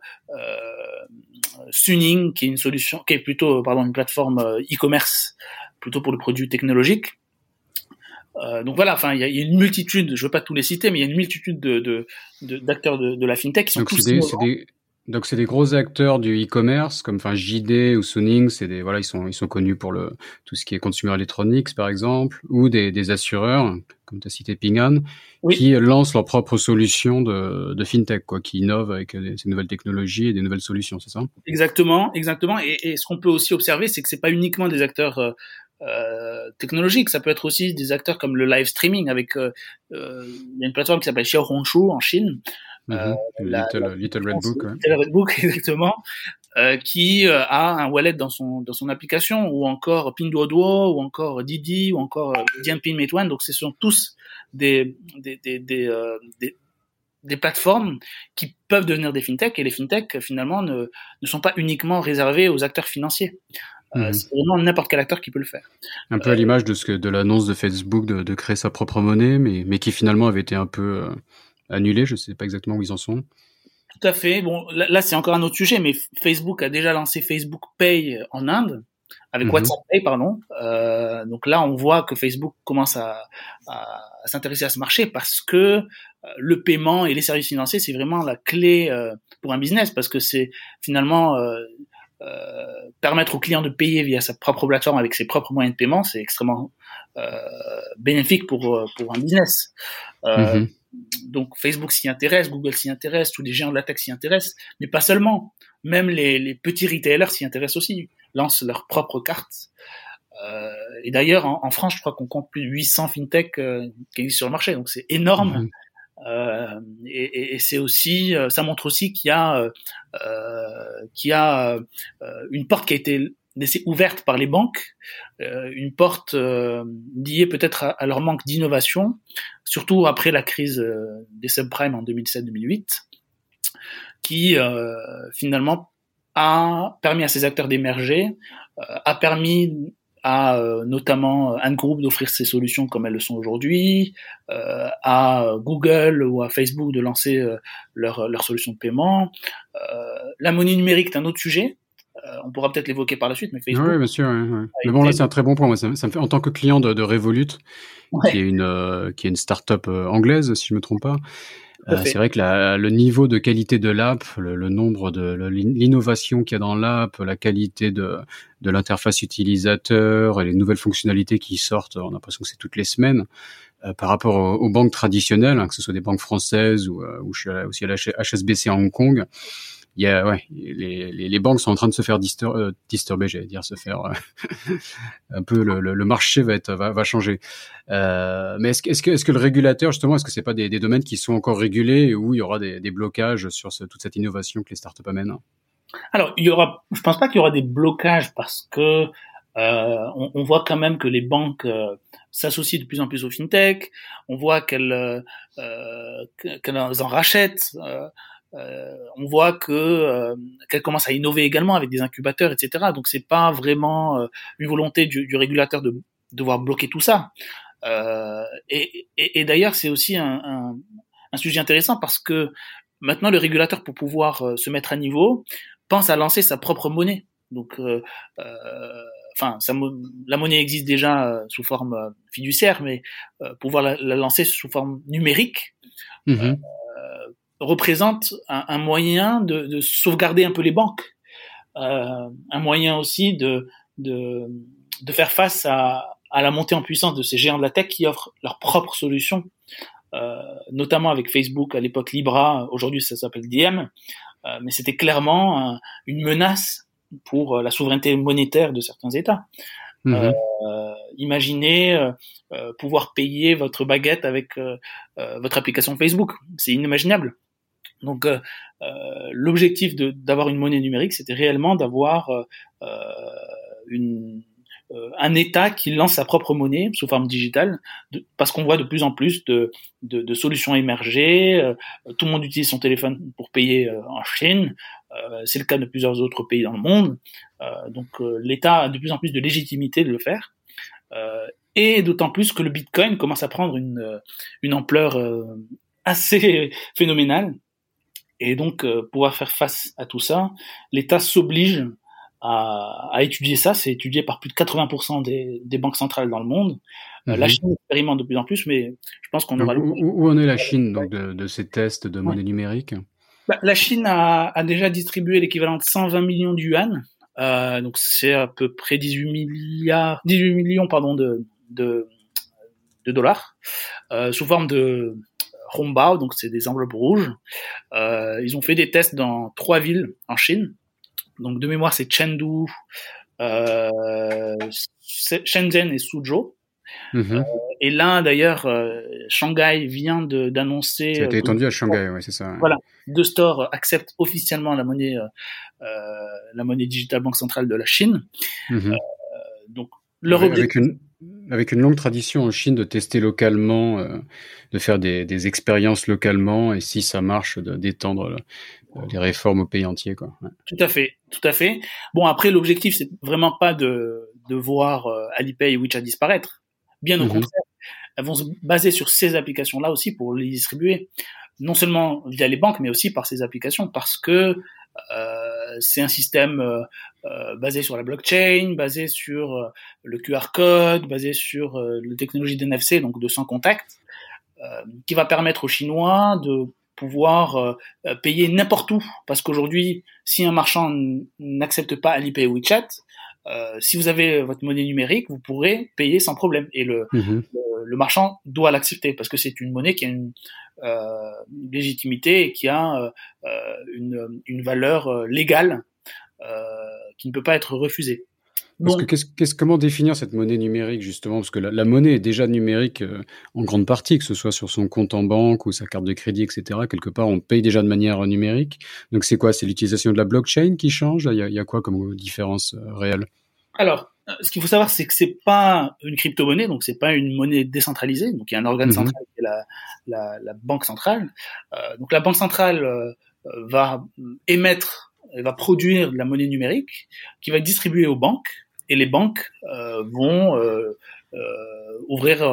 B: Suning, qui est plutôt une plateforme e-commerce, plutôt pour le produit technologique. Donc voilà, il y a une multitude, je veux pas tous les citer, mais il y a une multitude d'acteurs de la fintech qui sont
A: Donc c'est des gros acteurs du e-commerce comme JD ou Suning, ils sont connus pour tout ce qui est consumer electronics par exemple, ou des assureurs comme tu as cité Ping An, qui lancent leur propre solution de fintech, qui innovent avec ces nouvelles technologies et des nouvelles solutions, c'est ça? Exactement.
B: Et ce qu'on peut aussi observer, c'est que c'est pas uniquement des acteurs technologiques, ça peut être aussi des acteurs comme le live streaming avec il y a une plateforme qui s'appelle Xiaohongshu en Chine.
A: Little Red Book, ouais.
B: Little Red Book, exactement, qui a un wallet dans son application, ou encore Pinduoduo, ou encore Didi, ou encore Dianping Meituan. Donc ce sont tous des plateformes qui peuvent devenir des fintechs, et les fintechs finalement ne sont pas uniquement réservés aux acteurs financiers. C'est vraiment n'importe quel acteur qui peut le faire.
A: Un peu à l'image de l'annonce de Facebook de créer sa propre monnaie, mais qui finalement avait été un peu annulé, je sais pas exactement où ils en sont.
B: Tout à fait. Bon, là c'est encore un autre sujet, mais Facebook a déjà lancé Facebook Pay en Inde, avec WhatsApp Pay, pardon. Donc là, on voit que Facebook commence à s'intéresser à ce marché, parce que le paiement et les services financiers, c'est vraiment la clé pour un business, parce que c'est finalement permettre au client de payer via sa propre plateforme avec ses propres moyens de paiement, c'est extrêmement bénéfique pour un business. Donc Facebook s'y intéresse, Google s'y intéresse, tous les géants de la tech s'y intéressent, mais pas seulement. Même les petits retailers s'y intéressent aussi, lancent leurs propres cartes. Et d'ailleurs, en France, je crois qu'on compte plus de 800 fintech qui existent sur le marché, donc c'est énorme. Et c'est aussi, ça montre aussi qu'il y a une porte qui a été laissée ouverte par les banques, une porte liée peut-être à leur manque d'innovation, surtout après la crise des subprimes en 2007-2008, qui finalement a permis à ces acteurs d'émerger, a permis à notamment Ant Group d'offrir ses solutions comme elles le sont aujourd'hui, à Google ou à Facebook de lancer leur solution de paiement. La monnaie numérique est un autre sujet. On pourra peut-être l'évoquer par la suite, mais Facebook...
A: Oui, bien sûr. Ouais. Mais bon, là, c'est un très bon point. Moi, ça me fait, en tant que client de Revolut, qui est une start-up anglaise, si je me trompe pas,
B: Tout à fait.
A: C'est vrai que le niveau de qualité de l'app, le nombre de l'innovation qu'il y a dans l'app, la qualité de l'interface utilisateur et les nouvelles fonctionnalités qui sortent, on a l'impression que c'est toutes les semaines. Par rapport aux banques traditionnelles, hein, que ce soit des banques françaises ou je suis aussi à la HSBC à Hong Kong, il y a les banques sont en train de se faire disturber, j'allais dire, se faire un peu le marché va changer. Mais est-ce que le régulateur, justement, est-ce que c'est pas des domaines qui sont encore régulés et où il y aura des blocages sur toute cette innovation que les startups amènent?
B: Alors, je pense pas qu'il y aura des blocages parce que on voit quand même que les banques s'associent de plus en plus aux fintech. On voit qu'elles en rachètent. On voit qu'elles commencent à innover également avec des incubateurs, etc. Donc c'est pas vraiment une volonté du régulateur de devoir bloquer tout ça. Et d'ailleurs c'est aussi un sujet intéressant parce que maintenant le régulateur, pour pouvoir se mettre à niveau, pense à lancer sa propre monnaie. Donc la monnaie existe déjà sous forme fiduciaire, mais pouvoir la lancer sous forme numérique représente un moyen de sauvegarder un peu les banques, un moyen aussi de faire face à la montée en puissance de ces géants de la tech qui offrent leurs propres solutions, notamment avec Facebook à l'époque Libra, aujourd'hui ça s'appelle Diem, mais c'était clairement une menace pour la souveraineté monétaire de certains États. Imaginez pouvoir payer votre baguette avec votre application Facebook, c'est inimaginable. Donc l'objectif d'avoir une monnaie numérique, c'était réellement d'avoir un État qui lance sa propre monnaie sous forme digitale, parce qu'on voit de plus en plus de solutions émerger. Tout le monde utilise son téléphone pour payer en Chine. C'est le cas de plusieurs autres pays dans le monde. Donc l'État a de plus en plus de légitimité de le faire. Et d'autant plus que le Bitcoin commence à prendre une ampleur assez phénoménale. Et donc, pouvoir faire face à tout ça, l'État s'oblige à étudier ça. C'est étudié par plus de 80% des banques centrales dans le monde. La Chine expérimente de plus en plus, mais je pense qu'on aura...
A: Où en est la Chine donc de ces tests de monnaie numérique?
B: La Chine a déjà distribué l'équivalent de 120 millions de yuan. Donc c'est à peu près 18 millions de dollars, sous forme de Hongbao, donc c'est des enveloppes rouges. Ils ont fait des tests dans 3 villes en Chine. Donc de mémoire, c'est Chengdu, Shenzhen et Suzhou. Et là, d'ailleurs, Shanghai vient d'annoncer...
A: Ça a été étendu à Shanghai, ouais, c'est ça. Ouais.
B: Voilà, 2 stores acceptent officiellement la monnaie digitale banque centrale de la Chine. Donc, leur objectif...
A: Avec une longue tradition en Chine de tester localement, de faire des expériences localement, et si ça marche, d'étendre les réformes au pays entier, quoi. Ouais.
B: Tout à fait. Bon, après, l'objectif, c'est vraiment pas de voir Alipay et WeChat disparaître. Bien au contraire, elles vont se baser sur ces applications-là aussi pour les distribuer, non seulement via les banques, mais aussi par ces applications, parce que c'est un système basé sur la blockchain, basé sur le QR code, basé sur la technologie d'NFC, donc de sans contact, qui va permettre aux Chinois de pouvoir payer n'importe où. Parce qu'aujourd'hui, si un marchand n'accepte pas Alipay ou WeChat, si vous avez votre monnaie numérique, vous pourrez payer sans problème. Et le marchand doit l'accepter parce que c'est une monnaie qui a une légitimité et qui a une valeur légale qui ne peut pas être refusée.
A: Parce que comment définir cette monnaie numérique, justement? Parce que la monnaie est déjà numérique en grande partie, que ce soit sur son compte en banque ou sa carte de crédit, etc. Quelque part, on paye déjà de manière numérique. Donc c'est quoi? C'est l'utilisation de la blockchain qui change? Il y a quoi comme différence réelle?
B: Alors, ce qu'il faut savoir, c'est que c'est pas une crypto-monnaie, donc c'est pas une monnaie décentralisée. Donc il y a un organe central qui est la banque centrale. Donc la banque centrale va va produire de la monnaie numérique qui va être distribuée aux banques. Et les banques vont ouvrir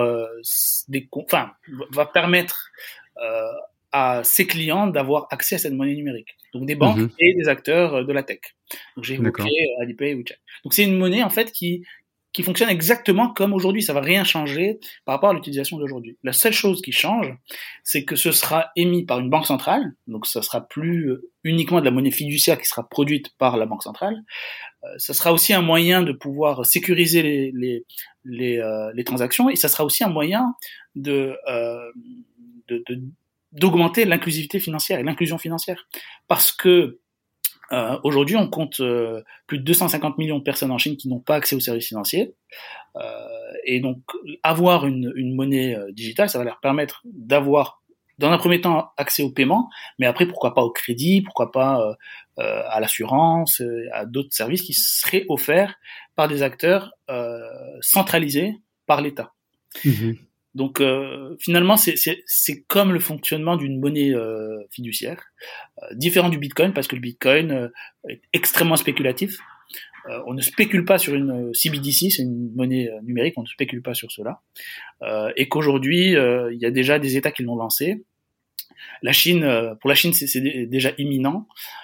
B: va permettre à ses clients d'avoir accès à cette monnaie numérique. Donc des banques et des acteurs de la tech. Donc j'ai évoqué Alipay et WeChat. Donc c'est une monnaie en fait qui qui fonctionne exactement comme aujourd'hui. Ça va rien changer par rapport à l'utilisation d'aujourd'hui. La seule chose qui change, c'est que ce sera émis par une banque centrale. Donc, ça sera plus uniquement de la monnaie fiduciaire qui sera produite par la banque centrale. Ça sera aussi un moyen de pouvoir sécuriser les transactions, et ça sera aussi un moyen d'augmenter l'inclusivité financière et l'inclusion financière. Parce que aujourd'hui, on compte plus de 250 millions de personnes en Chine qui n'ont pas accès aux services financiers. Et donc, avoir une monnaie digitale, ça va leur permettre d'avoir, dans un premier temps, accès au paiement, mais après, pourquoi pas au crédit, pourquoi pas à l'assurance, à d'autres services qui seraient offerts par des acteurs centralisés par l'État.
A: Mmh.
B: Donc finalement, c'est comme le fonctionnement d'une monnaie fiduciaire, différent du Bitcoin, parce que le Bitcoin est extrêmement spéculatif. On ne spécule pas sur une CBDC, c'est une monnaie numérique, on ne spécule pas sur cela. Et qu'aujourd'hui, il y a déjà des États qui l'ont lancé. La Chine, pour la Chine, c'est déjà imminent.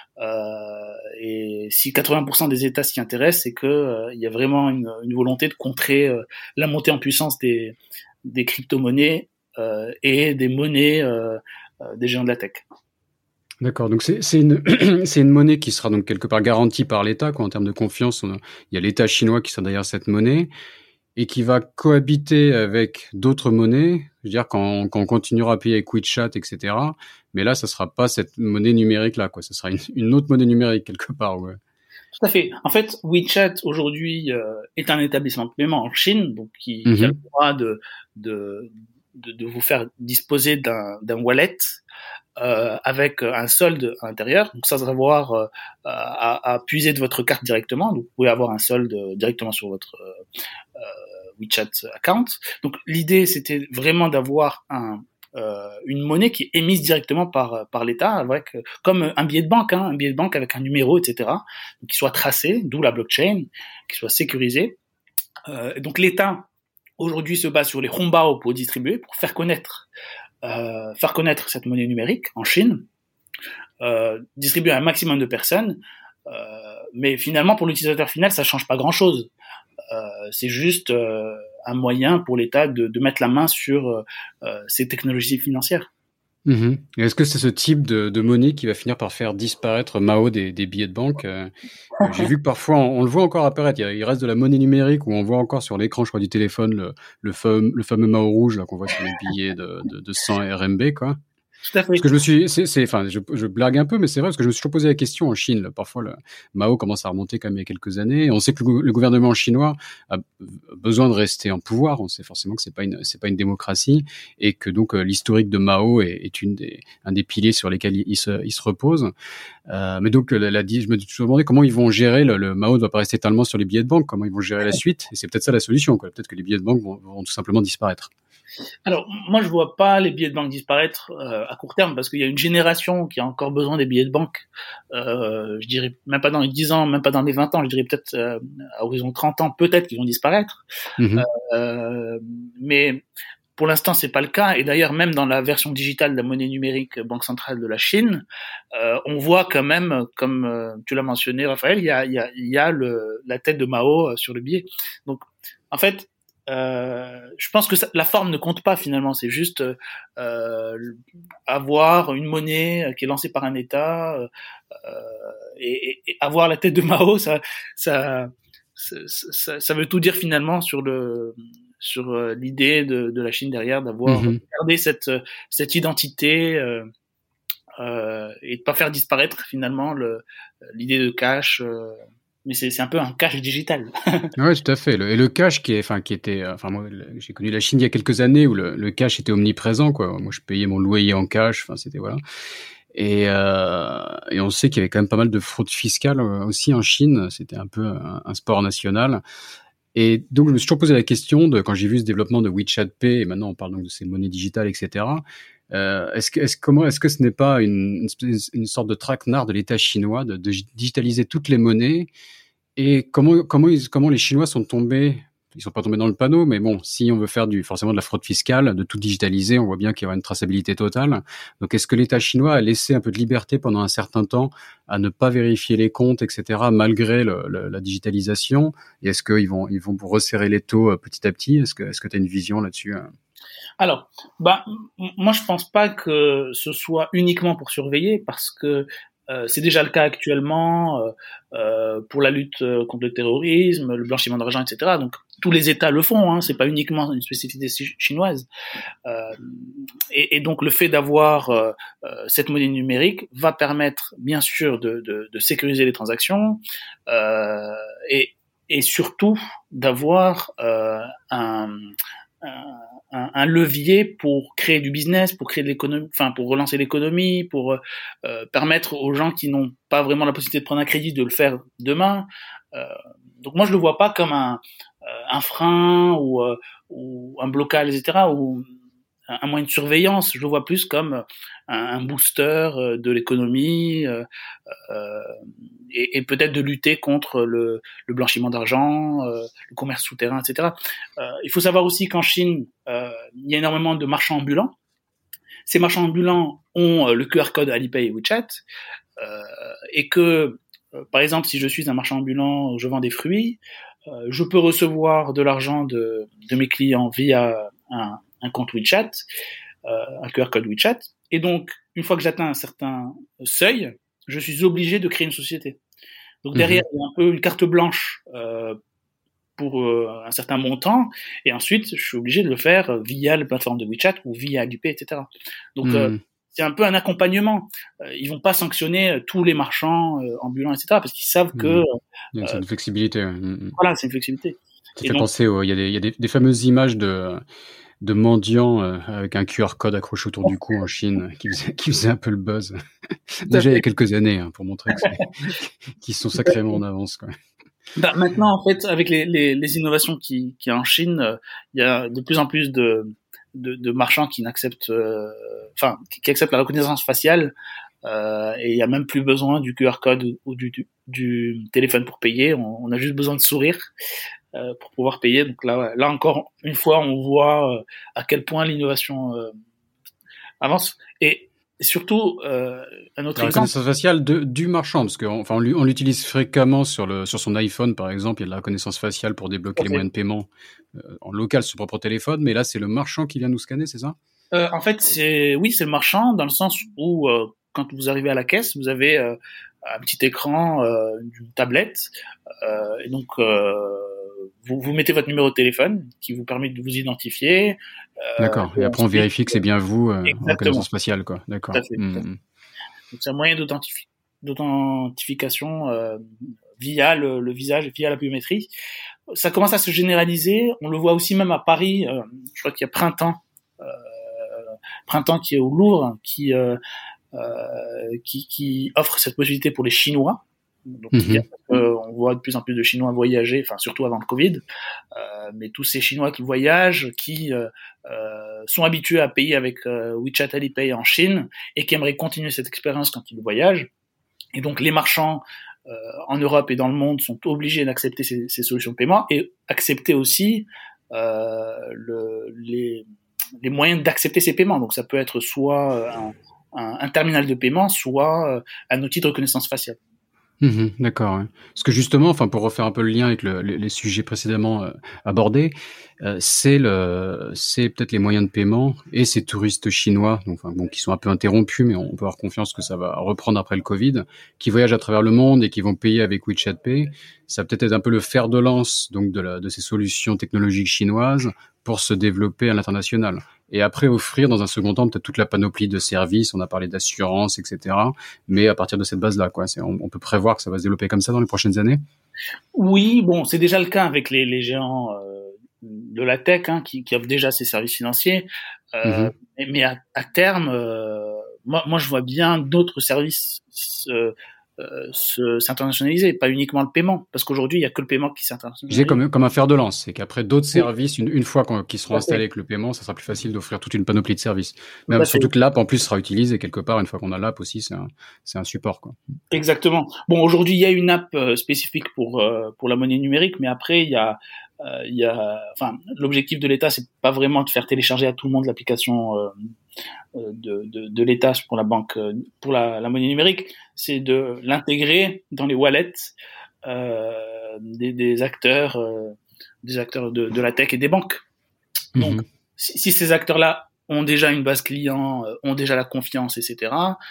B: Et si 80% des États s'y intéressent, c'est que il y a vraiment une volonté de contrer la montée en puissance des crypto-monnaies et des monnaies des géants de la tech.
A: D'accord, donc c'est une c'est une monnaie qui sera donc quelque part garantie par l'État, quoi, en termes de confiance. Il y a l'État chinois qui sera derrière cette monnaie et qui va cohabiter avec d'autres monnaies. Je veux dire, quand on continuera à payer avec WeChat, etc. Mais là, ça sera pas cette monnaie numérique-là, quoi. Ça sera une autre monnaie numérique quelque part, ouais.
B: Tout à fait. En fait, WeChat aujourd'hui est un établissement de paiement en Chine, donc qui a le droit de vous faire disposer d'un wallet avec un solde à l'intérieur. Donc ça, ça va avoir à puiser de votre carte directement. Donc, vous pouvez avoir un solde directement sur votre WeChat account. Donc l'idée, c'était vraiment d'avoir une monnaie qui est émise directement par l'État, avec comme un billet de banque, un billet de banque avec un numéro, etc., donc qui soit tracé, d'où la blockchain, qui soit sécurisé. Donc l'État aujourd'hui se base sur les hongbao pour distribuer, pour faire connaître cette monnaie numérique en Chine, distribuer à un maximum de personnes. Mais finalement, pour l'utilisateur final, ça change pas grand-chose. C'est juste un moyen pour l'État de mettre la main sur ces technologies financières.
A: Mmh. Et est-ce que c'est ce type de monnaie qui va finir par faire disparaître Mao des billets de banque? J'ai vu que parfois on le voit encore apparaître. Il reste de la monnaie numérique où on voit encore sur l'écran, je crois, du téléphone le fameux Mao rouge là qu'on voit sur les billets de 100 RMB, quoi.
B: Tout à fait.
A: Parce que je me suis, enfin, je blague un peu, mais c'est vrai parce que je me suis toujours posé la question en Chine. Là, parfois, le Mao commence à remonter quand même il y a quelques années. On sait que le gouvernement chinois a besoin de rester en pouvoir. On sait forcément que c'est pas une démocratie et que donc l'historique de Mao est un des piliers sur lesquels il se repose. Mais donc, je me suis toujours demandé comment ils vont gérer le Mao ne doit pas rester tellement sur les billets de banque. Comment ils vont gérer la suite? Et c'est peut-être ça la solution, quoi. Peut-être que les billets de banque vont tout simplement disparaître.
B: Alors, moi, je vois pas les billets de banque disparaître à court terme, parce qu'il y a une génération qui a encore besoin des billets de banque. Je dirais même pas dans les 10 ans, même pas dans les 20 ans, je dirais peut-être à horizon 30 ans, peut-être qu'ils vont disparaître.
A: Mmh.
B: Mais pour l'instant, c'est pas le cas. Et d'ailleurs, même dans la version digitale de la monnaie numérique Banque centrale de la Chine, on voit quand même, comme tu l'as mentionné, Raphaël, il y a la tête de Mao sur le billet. Donc, en fait, je pense que la forme ne compte pas finalement. C'est juste avoir une monnaie qui est lancée par un État et avoir la tête de Mao, ça veut tout dire finalement sur l'idée de la Chine derrière, d'avoir gardé cette identité et de pas faire disparaître finalement l'idée de cash. Mais c'est un peu un cash digital.
A: Ouais, tout à fait. Et le cash moi, j'ai connu la Chine il y a quelques années où le cash était omniprésent, quoi. Moi, je payais mon loyer en cash. Enfin, c'était voilà. Et on sait qu'il y avait quand même pas mal de fraude fiscale aussi en Chine. C'était un peu un sport national. Et donc, je me suis toujours posé la question quand j'ai vu ce développement de WeChat Pay, et maintenant on parle donc de ces monnaies digitales, etc. Est-ce que ce n'est pas une sorte de traquenard de l'État chinois de digitaliser toutes les monnaies? Et comment les Chinois sont tombés ils sont pas tombés dans le panneau, mais bon, si on veut faire forcément de la fraude fiscale, de tout digitaliser, on voit bien qu'il y aura une traçabilité totale. Donc, est-ce que l'État chinois a laissé un peu de liberté pendant un certain temps à ne pas vérifier les comptes, etc., malgré la digitalisation? Et est-ce qu'ils vont resserrer les taux petit à petit? Est-ce que tu as une vision là-dessus?
B: Alors, moi je pense pas que ce soit uniquement pour surveiller, parce que c'est déjà le cas actuellement pour la lutte contre le terrorisme, le blanchiment d'argent, etc. Donc tous les États le font, hein, c'est pas uniquement une spécificité chinoise. Et donc le fait d'avoir cette monnaie numérique va permettre bien sûr de sécuriser les transactions et surtout d'avoir un levier pour créer du business, pour créer de l'économie, enfin pour relancer l'économie, pour permettre aux gens qui n'ont pas vraiment la possibilité de prendre un crédit de le faire demain. Donc moi je le vois pas comme un frein ou un blocage, etc. ou un moyen de surveillance. Je le vois plus comme un booster de l'économie et peut-être de lutter contre le blanchiment d'argent, le commerce souterrain, etc. Il faut savoir aussi qu'en Chine, il y a énormément de marchands ambulants. Ces marchands ambulants ont le QR code Alipay et WeChat et que, par exemple, si je suis un marchand ambulant, je vends des fruits, je peux recevoir de l'argent de mes clients via un compte WeChat, un QR code WeChat, et donc une fois que j'atteins un certain seuil, je suis obligé de créer une société. Donc derrière, il y a un peu une carte blanche pour un certain montant, et ensuite je suis obligé de le faire via la plateforme de WeChat ou via Alipay, etc. Donc c'est un peu un accompagnement. Ils vont pas sanctionner tous les marchands ambulants, etc. parce qu'ils savent que
A: c'est une flexibilité.
B: Voilà, c'est une flexibilité.
A: Ça fait penser, il y a des fameuses images de mendiants avec un QR code accroché autour du cou en Chine qui faisait un peu le buzz. Déjà il y a quelques années, pour montrer qu'ils sont sacrément en avance, quoi.
B: Maintenant, en fait, avec les innovations qui en Chine, il y a de plus en plus de marchands qui n'acceptent, qui acceptent la reconnaissance faciale, et il y a même plus besoin du QR code ou du téléphone pour payer. On a juste besoin de sourire pour pouvoir payer. Donc là encore une fois, on voit à quel point l'innovation avance. Et surtout, un autre exemple.
A: La reconnaissance faciale du marchand, parce que on l'utilise fréquemment sur son iPhone, par exemple. Il y a de la reconnaissance faciale pour débloquer les moyens de paiement en local sur son propre téléphone. Mais là, c'est le marchand qui vient nous scanner, c'est ça?
B: En fait, c'est le marchand, dans le sens où quand vous arrivez à la caisse, vous avez un petit écran d'une tablette, et donc vous mettez votre numéro de téléphone qui vous permet de vous identifier.
A: D'accord. Et après, on vérifie que c'est bien vous, en reconnaissance faciale, quoi. D'accord.
B: Tout à fait. Donc, c'est un moyen d'authentification via le visage, via la biométrie. Ça commence à se généraliser. On le voit aussi même à Paris. Je crois qu'il y a Printemps qui est au Louvre, qui offre cette possibilité pour les Chinois. Donc, on voit de plus en plus de Chinois voyager, enfin surtout avant le Covid, mais tous ces Chinois qui voyagent, qui sont habitués à payer avec WeChat Alipay en Chine et qui aimeraient continuer cette expérience quand ils voyagent. Et donc les marchands en Europe et dans le monde sont obligés d'accepter ces solutions de paiement et accepter aussi les moyens d'accepter ces paiements. Donc ça peut être soit un terminal de paiement, soit un outil de reconnaissance faciale.
A: D'accord. Ouais. Parce que justement, pour refaire un peu le lien avec les sujets précédemment abordés, c'est peut-être les moyens de paiement et ces touristes chinois, qui sont un peu interrompus, mais on peut avoir confiance que ça va reprendre après le Covid, qui voyagent à travers le monde et qui vont payer avec WeChat Pay. Ça va peut-être être un peu le fer de lance donc de ces solutions technologiques chinoises pour se développer à l'international. Et après offrir dans un second temps peut-être toute la panoplie de services, on a parlé d'assurance, etc. Mais à partir de cette base-là, quoi, on peut prévoir que ça va se développer comme ça dans les prochaines années.
B: Oui, bon, c'est déjà le cas avec les géants de la tech qui offrent déjà ces services financiers. Mais à terme, moi je vois bien d'autres services s'internationaliser, pas uniquement le paiement, parce qu'aujourd'hui il y a que le paiement qui s'internationalise.
A: J'ai comme un fer de lance, c'est qu'après d'autres services, une fois qu'ils seront installés avec le paiement, ça sera plus facile d'offrir toute une panoplie de services. Mais surtout que l'app en plus sera utilisée quelque part, une fois qu'on a l'app aussi, c'est un support, quoi.
B: Exactement. Bon, aujourd'hui il y a une app spécifique pour la monnaie numérique, mais après il y a L'objectif de l'État, c'est pas vraiment de faire télécharger à tout le monde l'application de l'État pour la banque, pour la monnaie numérique, c'est de l'intégrer dans les wallets des acteurs de la tech et des banques. Donc, si ces acteurs-là ont déjà une base client, ont déjà la confiance, etc.,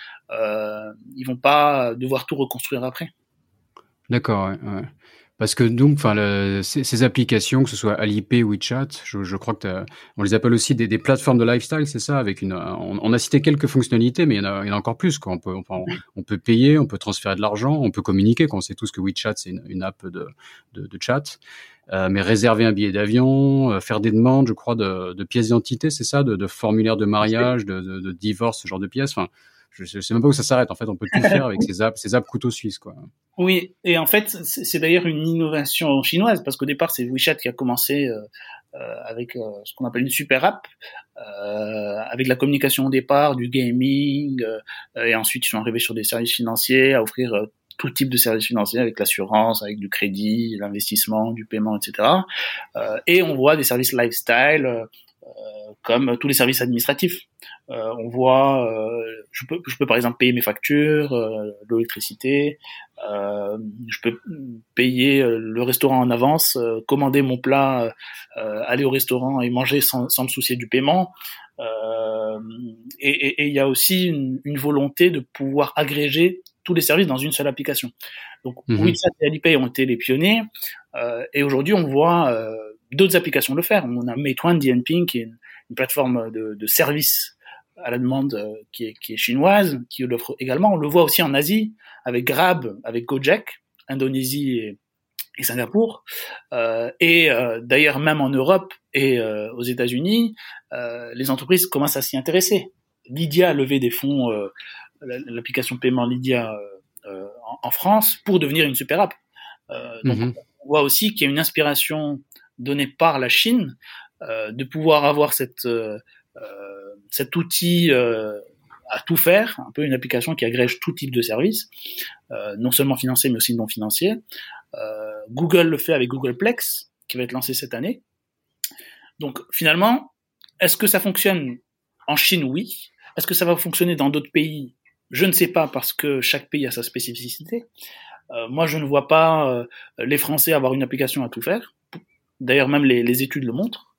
B: ils vont pas devoir tout reconstruire après.
A: D'accord, ouais. Parce que donc, ces applications, que ce soit Alipay ou WeChat, je crois que on les appelle aussi des plateformes de lifestyle, c'est ça, avec on a cité quelques fonctionnalités, mais il y en a encore plus, quoi. On peut payer, on peut transférer de l'argent, on peut communiquer, quand on sait tous que WeChat, c'est une app de chat. Mais réserver un billet d'avion, faire des demandes, je crois, de pièces d'identité, c'est ça, de formulaires de mariage, de divorce, ce genre de pièces. Enfin, je sais même pas où ça s'arrête. En fait, on peut tout faire avec ces apps couteau suisse, quoi.
B: Oui, et en fait, c'est d'ailleurs une innovation chinoise, parce qu'au départ, c'est WeChat qui a commencé avec ce qu'on appelle une super app, avec la communication au départ, du gaming, et ensuite ils sont arrivés sur des services financiers, à offrir tout type de services financiers, avec l'assurance, avec du crédit, l'investissement, du paiement, etc. Et on voit des services lifestyle, comme tous les services administratifs. On voit, je peux par exemple payer mes factures, l'électricité, je peux payer le restaurant en avance, commander mon plat, aller au restaurant et manger sans me soucier du paiement. Et il y a aussi une volonté de pouvoir agréger tous les services dans une seule application. Donc WeChat et Alipay ont été les pionniers, et aujourd'hui on voit d'autres applications le faire. On a Meituan Dianping, qui est une plateforme de services à la demande qui est chinoise, qui l'offre également. On le voit aussi en Asie, avec Grab, avec Gojek, Indonésie et Singapour. D'ailleurs, même en Europe et aux États-Unis, les entreprises commencent à s'y intéresser. Lydia a levé des fonds, l'application paiement Lydia en France, pour devenir une super app. Donc, on voit aussi qu'il y a une inspiration donnée par la Chine de pouvoir avoir cet outil à tout faire, un peu une application qui agrège tout type de services, non seulement financiers mais aussi non financiers. Google le fait avec Googleplex, qui va être lancé cette année. Donc finalement, est-ce que ça fonctionne en Chine? Oui. Est-ce que ça va fonctionner dans d'autres pays? Je ne sais pas, parce que chaque pays a sa spécificité. Moi, je ne vois pas les Français avoir une application à tout faire. D'ailleurs, même les études le montrent.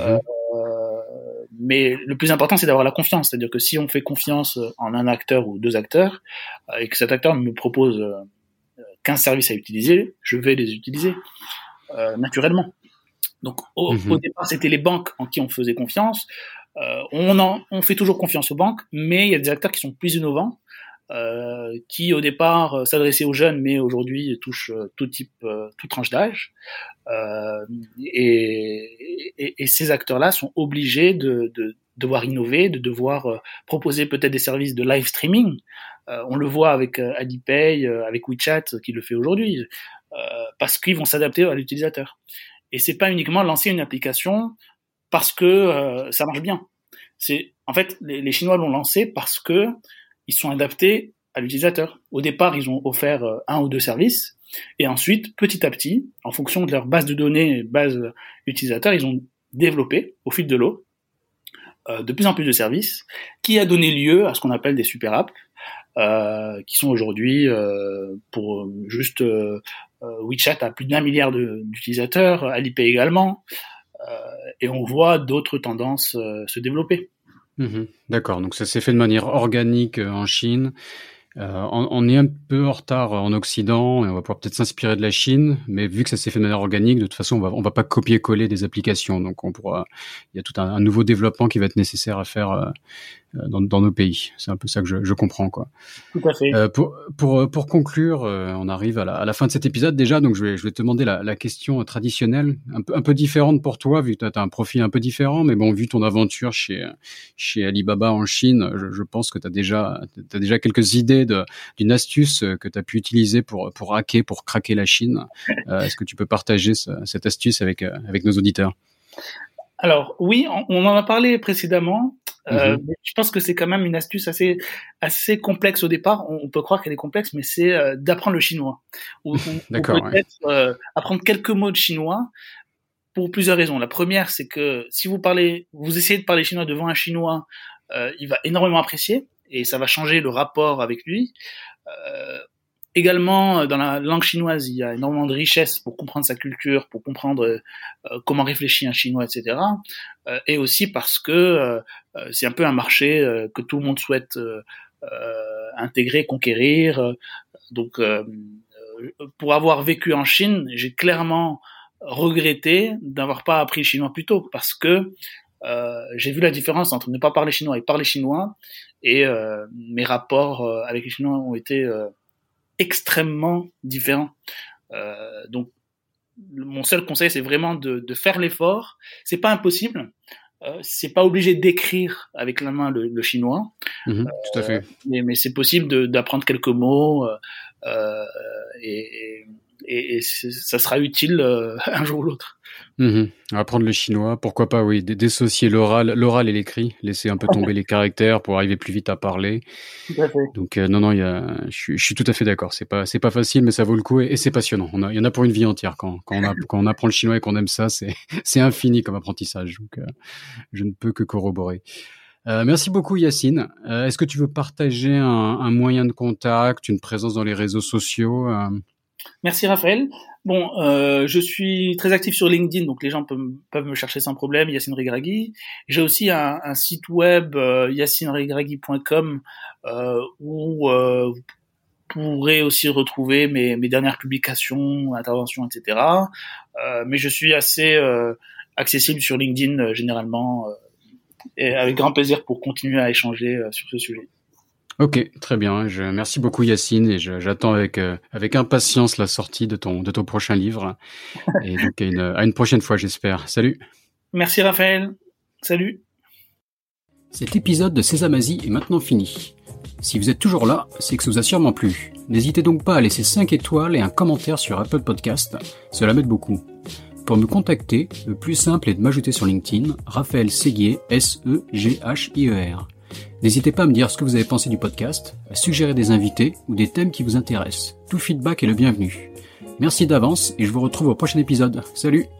B: Mais le plus important, c'est d'avoir la confiance. C'est-à-dire que si on fait confiance en un acteur ou deux acteurs, et que cet acteur me propose 15 services à utiliser, je vais les utiliser naturellement. Donc au départ, c'était les banques en qui on faisait confiance. On fait toujours confiance aux banques, mais il y a des acteurs qui sont plus innovants, qui au départ s'adressaient aux jeunes, mais aujourd'hui touchent tout type, toute tranche d'âge. Et ces acteurs-là sont obligés de devoir innover, de devoir proposer peut-être des services de live streaming. On le voit avec Alipay, avec WeChat qui le fait aujourd'hui, parce qu'ils vont s'adapter à l'utilisateur. Et c'est pas uniquement lancer une application parce que ça marche bien. C'est en fait les Chinois l'ont lancé parce que ils sont adaptés à l'utilisateur. Au départ, ils ont offert un ou deux services. Et ensuite, petit à petit, en fonction de leur base de données, base utilisateur, ils ont développé, au fil de l'eau, de plus en plus de services, qui a donné lieu à ce qu'on appelle des super apps, qui sont aujourd'hui, pour juste WeChat a plus d'1 milliard d'utilisateurs, Alipay également, et on voit d'autres tendances se développer.
A: D'accord, donc ça s'est fait de manière organique en Chine. On est un peu en retard en Occident et on va pouvoir peut-être s'inspirer de la Chine, mais vu que ça s'est fait de manière organique, de toute façon, on va pas copier-coller des applications, donc il y a tout un nouveau développement qui va être nécessaire à faire dans nos pays. C'est un peu ça que je comprends, quoi.
B: Tout à fait.
A: Pour conclure, on arrive à la fin de cet épisode déjà, donc je vais te demander la question traditionnelle, un peu différente pour toi, vu que tu as un profil un peu différent, mais bon, vu ton aventure chez Alibaba en Chine, je pense que t'as déjà quelques idées d'une astuce que tu as pu utiliser pour hacker, pour craquer la Chine. Est-ce que tu peux partager cette astuce avec nos auditeurs?
B: Alors oui, on en a parlé précédemment. Mais je pense que c'est quand même une astuce assez complexe au départ. On peut croire qu'elle est complexe, mais c'est d'apprendre le chinois. Ou peut-être apprendre quelques mots de chinois pour plusieurs raisons. La première, c'est que si vous essayez de parler chinois devant un Chinois, il va énormément apprécier et ça va changer le rapport avec lui. Également, dans la langue chinoise, il y a énormément de richesse pour comprendre sa culture, pour comprendre comment réfléchit un Chinois, etc. Et aussi parce que c'est un peu un marché que tout le monde souhaite intégrer, conquérir. Donc, pour avoir vécu en Chine, j'ai clairement regretté d'avoir pas appris le chinois plus tôt, parce que j'ai vu la différence entre ne pas parler chinois et parler chinois, et mes rapports avec les Chinois ont été extrêmement différents. Donc, mon seul conseil, c'est vraiment de faire l'effort. C'est pas impossible. C'est pas obligé d'écrire avec la main le chinois.
A: Tout à fait.
B: Mais c'est possible d'apprendre quelques mots et ça sera utile un jour ou l'autre.
A: Apprendre le chinois, pourquoi pas, oui, dissocier l'oral et l'écrit, laisser un peu tomber les caractères pour arriver plus vite à parler.
B: Tout à fait.
A: Donc non, je suis tout à fait d'accord. C'est pas facile, mais ça vaut le coup et c'est passionnant. Il y en a pour une vie entière quand on apprend le chinois et qu'on aime ça, c'est infini comme apprentissage. Donc je ne peux que corroborer. Merci beaucoup Yacine. Est-ce que tu veux partager un moyen de contact, une présence dans les réseaux sociaux
B: Merci Raphaël. Bon, je suis très actif sur LinkedIn, donc les gens peuvent me chercher sans problème, Yacine Regragui. J'ai aussi un site web, yacineregragui.com, où vous pourrez aussi retrouver mes dernières publications, interventions, etc. Mais je suis assez accessible sur LinkedIn généralement, et avec grand plaisir pour continuer à échanger sur ce sujet.
A: Ok, très bien. Merci beaucoup Yacine et j'attends avec impatience la sortie de ton prochain livre. Et donc à une prochaine fois, j'espère. Salut.
B: Merci Raphaël. Salut.
A: Cet épisode de Sésamazie est maintenant fini. Si vous êtes toujours là, c'est que ça vous a sûrement plu. N'hésitez donc pas à laisser 5 étoiles et un commentaire sur Apple Podcast. Cela m'aide beaucoup. Pour me contacter, le plus simple est de m'ajouter sur LinkedIn, Raphaël Séguier, S-E-G-H-I-E-R. N'hésitez pas à me dire ce que vous avez pensé du podcast, à suggérer des invités ou des thèmes qui vous intéressent. Tout feedback est le bienvenu. Merci d'avance et je vous retrouve au prochain épisode. Salut!